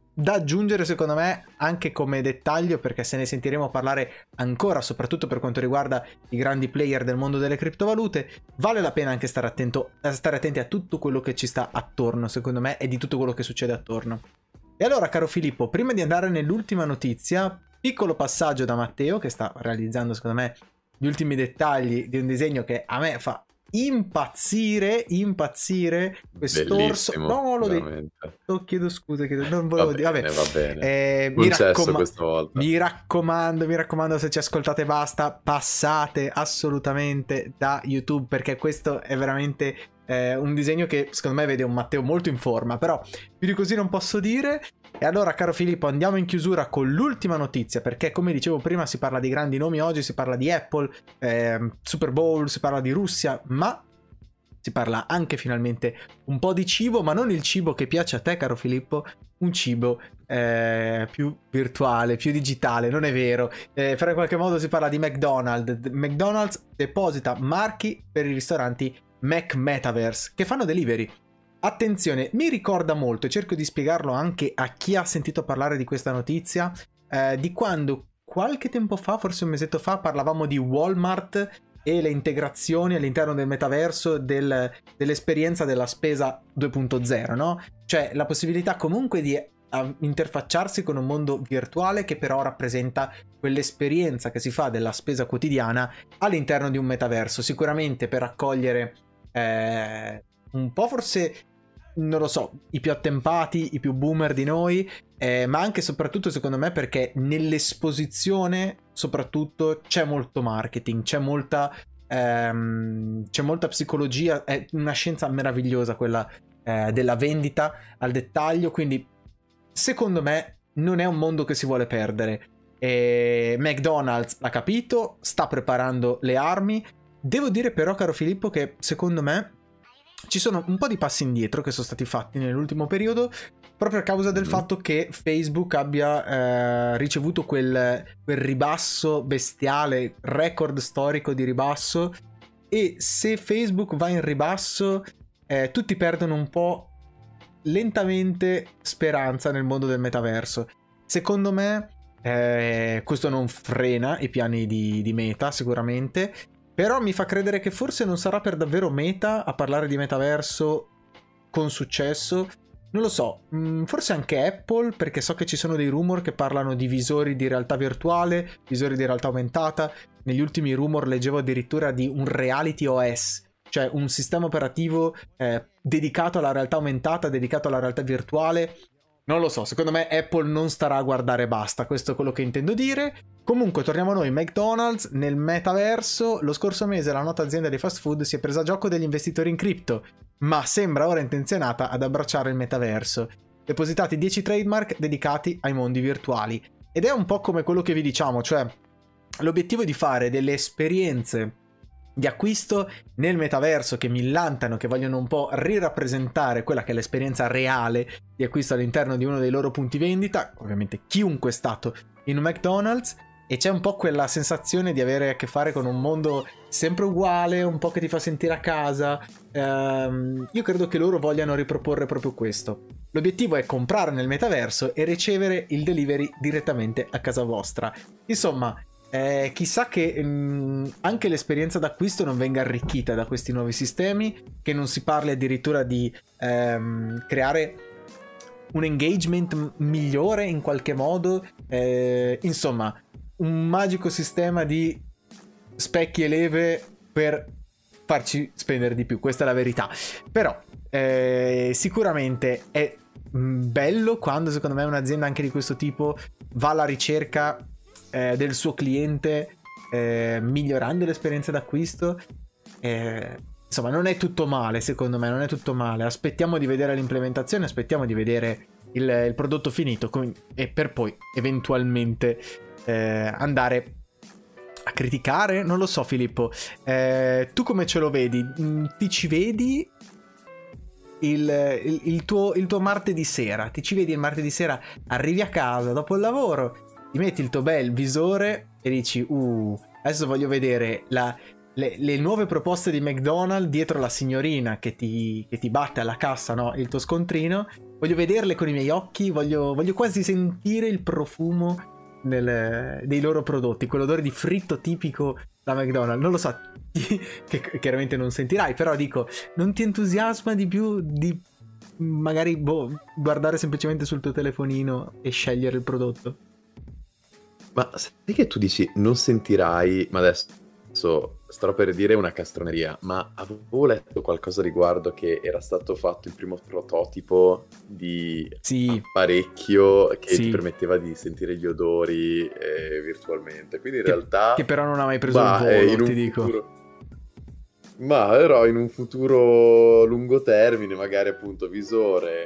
da aggiungere secondo me anche come dettaglio, perché se ne sentiremo parlare ancora, soprattutto per quanto riguarda i grandi player del mondo delle criptovalute, vale la pena anche stare attenti a tutto quello che ci sta attorno, secondo me, e di tutto quello che succede attorno. E allora, caro Filippo, prima di andare nell'ultima notizia, piccolo passaggio da Matteo, che sta realizzando secondo me gli ultimi dettagli di un disegno che a me fa impazzire quest'orso. No, lo dico, chiedo scusa, non volevo dire, vabbè, va bene. Questa volta. Mi raccomando, se ci ascoltate basta, passate assolutamente da YouTube, perché questo è veramente un disegno che secondo me vede un Matteo molto in forma, però più di così non posso dire. E allora, caro Filippo, andiamo in chiusura con l'ultima notizia, perché come dicevo prima si parla di grandi nomi oggi, si parla di Apple, Super Bowl, si parla di Russia, ma si parla anche finalmente un po' di cibo, ma non il cibo che piace a te, caro Filippo, un cibo più virtuale, più digitale, non è vero. Però in qualche modo si parla di McDonald's. McDonald's deposita marchi per i ristoranti McMetaverse che fanno delivery. Attenzione, mi ricorda molto, e cerco di spiegarlo anche a chi ha sentito parlare di questa notizia, di quando qualche tempo fa, forse un mesetto fa, parlavamo di Walmart e le integrazioni all'interno del metaverso dell'esperienza della spesa 2.0, no? Cioè la possibilità comunque di interfacciarsi con un mondo virtuale che però rappresenta quell'esperienza che si fa della spesa quotidiana all'interno di un metaverso, sicuramente per accogliere un po' forse, non lo so, i più attempati, i più boomer di noi, ma anche e soprattutto secondo me perché nell'esposizione soprattutto c'è molto marketing, c'è molta psicologia, è una scienza meravigliosa quella della vendita al dettaglio, quindi secondo me non è un mondo che si vuole perdere. McDonald's l'ha capito, sta preparando le armi. Devo dire però, caro Filippo, che secondo me ci sono un po' di passi indietro che sono stati fatti nell'ultimo periodo, proprio a causa del fatto che Facebook abbia ricevuto quel ribasso bestiale, record storico di ribasso, e se Facebook va in ribasso tutti perdono un po' lentamente speranza nel mondo del metaverso. Secondo me questo non frena i piani di Meta sicuramente, però mi fa credere che forse non sarà per davvero Meta a parlare di metaverso con successo. Non lo so, forse anche Apple, perché so che ci sono dei rumor che parlano di visori di realtà virtuale, visori di realtà aumentata. Negli ultimi rumor leggevo addirittura di un Reality OS, cioè un sistema operativo dedicato alla realtà aumentata, dedicato alla realtà virtuale. Non lo so, secondo me Apple non starà a guardare basta, questo è quello che intendo dire. Comunque torniamo a noi, McDonald's nel metaverso. Lo scorso mese la nota azienda di fast food si è presa a gioco degli investitori in cripto, ma sembra ora intenzionata ad abbracciare il metaverso. Depositati 10 trademark dedicati ai mondi virtuali. Ed è un po' come quello che vi diciamo, cioè l'obiettivo è di fare delle esperienze di acquisto nel metaverso che millantano, che vogliono un po' rirappresentare quella che è l'esperienza reale di acquisto all'interno di uno dei loro punti vendita. Ovviamente chiunque è stato in un McDonald's, e c'è un po' quella sensazione di avere a che fare con un mondo sempre uguale, un po' che ti fa sentire a casa. Io credo che loro vogliano riproporre proprio questo. L'obiettivo è comprare nel metaverso e ricevere il delivery direttamente a casa vostra. Insomma, chissà che anche l'esperienza d'acquisto non venga arricchita da questi nuovi sistemi, che non si parli addirittura di creare un engagement migliore in qualche modo, insomma un magico sistema di specchi e leve per farci spendere di più, questa è la verità. Però sicuramente è bello quando secondo me un'azienda anche di questo tipo va alla ricerca del suo cliente, migliorando l'esperienza d'acquisto. Insomma, non è tutto male, secondo me, non è tutto male. Aspettiamo di vedere l'implementazione, aspettiamo di vedere il prodotto finito e per poi eventualmente andare a criticare. Non lo so, Filippo, tu come ce lo vedi? Ti ci vedi il tuo martedì sera? Ti ci vedi il martedì sera? Arrivi a casa dopo il lavoro, ti metti il tuo bel visore e dici adesso voglio vedere le nuove proposte di McDonald's dietro la signorina che ti batte alla cassa, no? Il tuo scontrino. Voglio vederle con i miei occhi, voglio quasi sentire il profumo dei loro prodotti, quell'odore di fritto tipico da McDonald's. Non lo so, che chiaramente non sentirai, però dico, non ti entusiasma di più di magari guardare semplicemente sul tuo telefonino e scegliere il prodotto? Ma sai che tu dici non sentirai, ma adesso starò per dire una castroneria, ma avevo letto qualcosa a riguardo che era stato fatto il primo prototipo di apparecchio che ti permetteva di sentire gli odori virtualmente, quindi in realtà... Che però non ha mai preso il volo, ti dico. Ma però in un futuro lungo termine, magari appunto visore,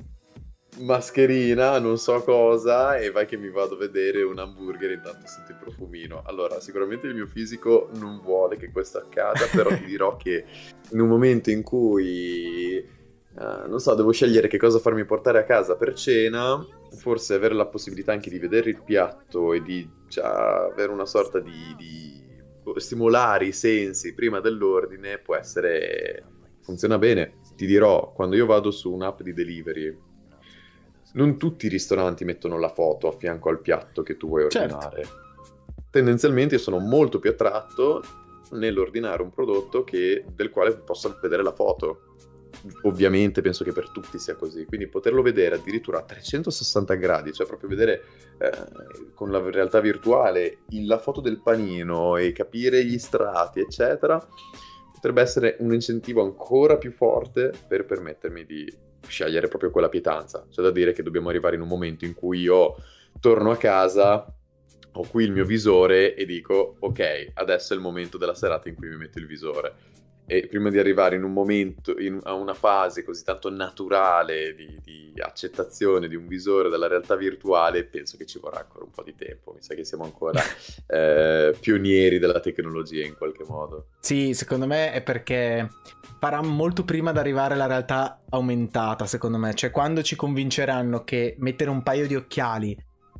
mascherina, non so cosa, e vai che mi vado a vedere un hamburger e intanto sento il profumino. Allora, sicuramente il mio fisico non vuole che questo accada, però ti dirò che in un momento in cui, non so, devo scegliere che cosa farmi portare a casa per cena, forse avere la possibilità anche di vedere il piatto e di avere una sorta di stimolare i sensi prima dell'ordine può essere... funziona bene. Ti dirò, quando io vado su un'app di delivery, non tutti i ristoranti mettono la foto a fianco al piatto che tu vuoi ordinare. Certo. Tendenzialmente sono molto più attratto nell'ordinare un prodotto del quale posso vedere la foto. Ovviamente penso che per tutti sia così, quindi poterlo vedere addirittura a 360 gradi, cioè proprio vedere con la realtà virtuale la foto del panino e capire gli strati eccetera, potrebbe essere un incentivo ancora più forte per permettermi di scegliere proprio quella pietanza. C'è da dire che dobbiamo arrivare in un momento in cui io torno a casa, ho qui il mio visore e dico ok, adesso è il momento della serata in cui mi metto il visore. E prima di arrivare in un momento, a una fase così tanto naturale di accettazione di un visore dalla realtà virtuale, penso che ci vorrà ancora un po' di tempo. Mi sa che siamo ancora pionieri della tecnologia in qualche modo. Sì, secondo me è perché farà molto prima di arrivare alla realtà aumentata, secondo me. Cioè, quando ci convinceranno che mettere un paio di occhiali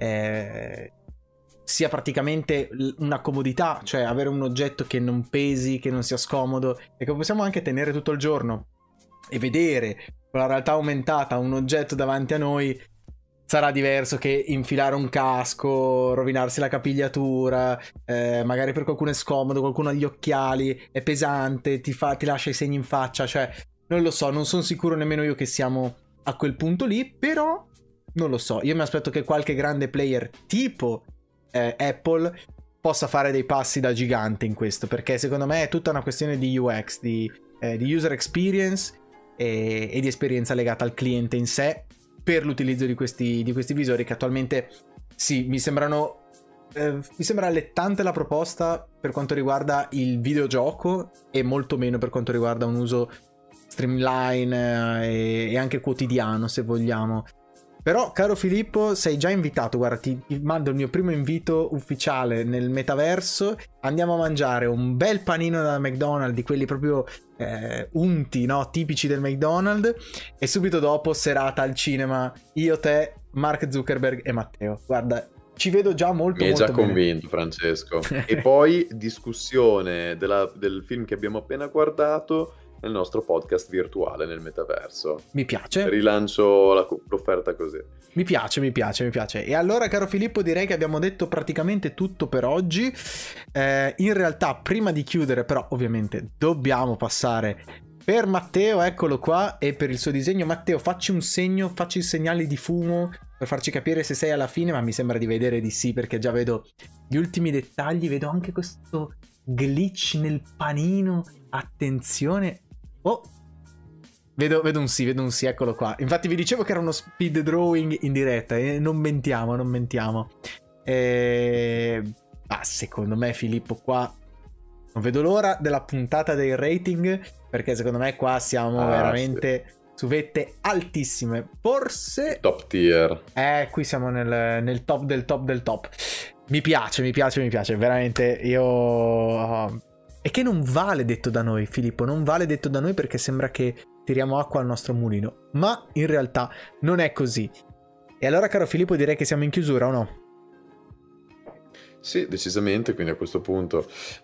sia praticamente una comodità, cioè avere un oggetto che non pesi, che non sia scomodo e che possiamo anche tenere tutto il giorno e vedere con la realtà aumentata un oggetto davanti a noi, sarà diverso che infilare un casco, rovinarsi la capigliatura, magari per qualcuno è scomodo, qualcuno ha gli occhiali, è pesante, ti lascia i segni in faccia, cioè non lo so, non sono sicuro nemmeno io che siamo a quel punto lì, però non lo so, io mi aspetto che qualche grande player tipo Apple possa fare dei passi da gigante in questo, perché secondo me è tutta una questione di UX, di user experience e di esperienza legata al cliente in sé per l'utilizzo di questi visori che attualmente sì, mi sembra allettante la proposta per quanto riguarda il videogioco e molto meno per quanto riguarda un uso streamline e anche quotidiano, se vogliamo. Però, caro Filippo, sei già invitato, guarda, ti mando il mio primo invito ufficiale nel metaverso, andiamo a mangiare un bel panino da McDonald's, di quelli proprio unti, no? Tipici del McDonald's, e subito dopo serata al cinema, io, te, Mark Zuckerberg e Matteo. Guarda, ci vedo già molto Mi hai molto già bene. Convinto, Francesco. E poi discussione del film che abbiamo appena guardato nel nostro podcast virtuale nel metaverso. Mi piace. Rilancio l'offerta così. Mi piace. E allora, caro Filippo, direi che abbiamo detto praticamente tutto per oggi. In realtà, prima di chiudere, però, ovviamente, dobbiamo passare per Matteo, eccolo qua, e per il suo disegno. Matteo, facci un segno, facci i segnali di fumo per farci capire se sei alla fine, ma mi sembra di vedere di sì, perché già vedo gli ultimi dettagli, vedo anche questo glitch nel panino. Attenzione. Oh, vedo un sì, eccolo qua. Infatti vi dicevo che era uno speed drawing in diretta, non mentiamo. Secondo me, Filippo, qua non vedo l'ora della puntata dei rating, perché secondo me qua siamo veramente su vette altissime. Forse top tier. Qui siamo nel top del top del top. Mi piace, veramente. Io... E che non vale detto da noi, Filippo, non vale detto da noi, perché sembra che tiriamo acqua al nostro mulino, ma in realtà non è così. E allora, caro Filippo, direi che siamo in chiusura, o no? Sì, decisamente, quindi a questo punto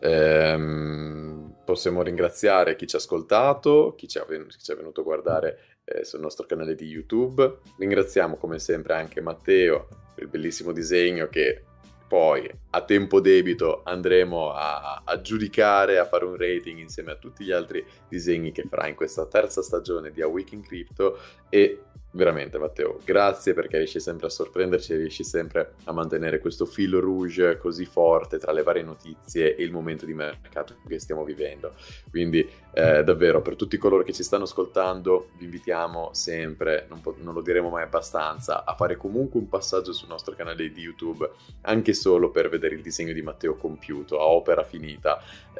possiamo ringraziare chi ci ha ascoltato, chi ci è venuto a guardare sul nostro canale di YouTube. Ringraziamo come sempre anche Matteo per il bellissimo disegno che poi a tempo debito andremo a giudicare, a fare un rating insieme a tutti gli altri disegni che farà in questa terza stagione di A Week in Crypto. E veramente Matteo, grazie, perché riesci sempre a sorprenderci e riesci sempre a mantenere questo filo rouge così forte tra le varie notizie e il momento di mercato che stiamo vivendo. Quindi davvero, per tutti coloro che ci stanno ascoltando, vi invitiamo sempre, non lo diremo mai abbastanza, a fare comunque un passaggio sul nostro canale di YouTube, anche solo per vedere il disegno di Matteo compiuto, a opera finita,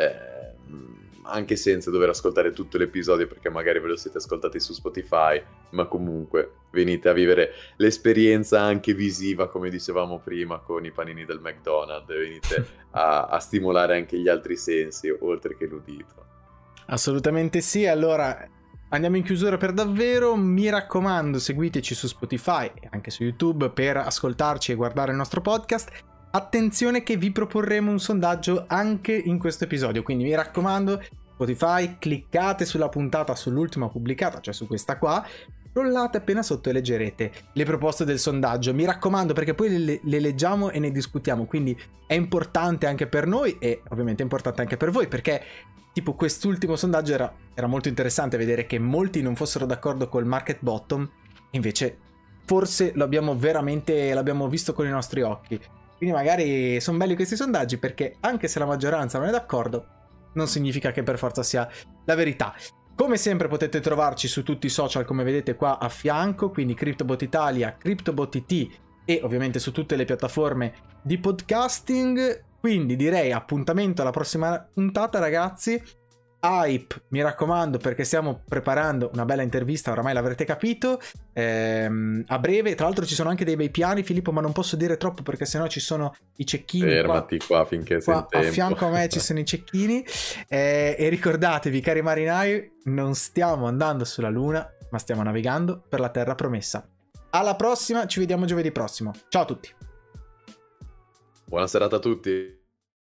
anche senza dover ascoltare tutto l'episodio, perché magari ve lo siete ascoltati su Spotify, ma comunque venite a vivere l'esperienza anche visiva, come dicevamo prima con i panini del McDonald's, venite a stimolare anche gli altri sensi oltre che l'udito. Assolutamente sì. Allora andiamo in chiusura per davvero, mi raccomando seguiteci su Spotify e anche su YouTube per ascoltarci e guardare il nostro podcast. Attenzione che vi proporremo un sondaggio anche in questo episodio, quindi mi raccomando, Spotify, cliccate sulla puntata, sull'ultima pubblicata, cioè su questa qua, scrollate appena sotto e leggerete le proposte del sondaggio. Mi raccomando, perché poi le leggiamo e ne discutiamo, quindi è importante anche per noi e ovviamente è importante anche per voi, perché tipo quest'ultimo sondaggio era molto interessante vedere che molti non fossero d'accordo col market bottom, invece forse l'abbiamo visto con i nostri occhi. Quindi magari sono belli questi sondaggi, perché anche se la maggioranza non è d'accordo, non significa che per forza sia la verità. Come sempre potete trovarci su tutti i social, come vedete qua a fianco, quindi CryptoBot Italia, CryptoBot IT e ovviamente su tutte le piattaforme di podcasting. Quindi direi appuntamento alla prossima puntata, ragazzi. Hype, mi raccomando, perché stiamo preparando una bella intervista, oramai l'avrete capito, a breve. Tra l'altro ci sono anche dei bei piani, Filippo, ma non posso dire troppo perché sennò ci sono i cecchini. Fermati qua finché sei in tempo. A fianco a me ci sono i cecchini, e ricordatevi, cari marinai, non stiamo andando sulla luna, ma stiamo navigando per la terra promessa. Alla prossima, ci vediamo giovedì prossimo. Ciao a tutti. Buona serata a tutti.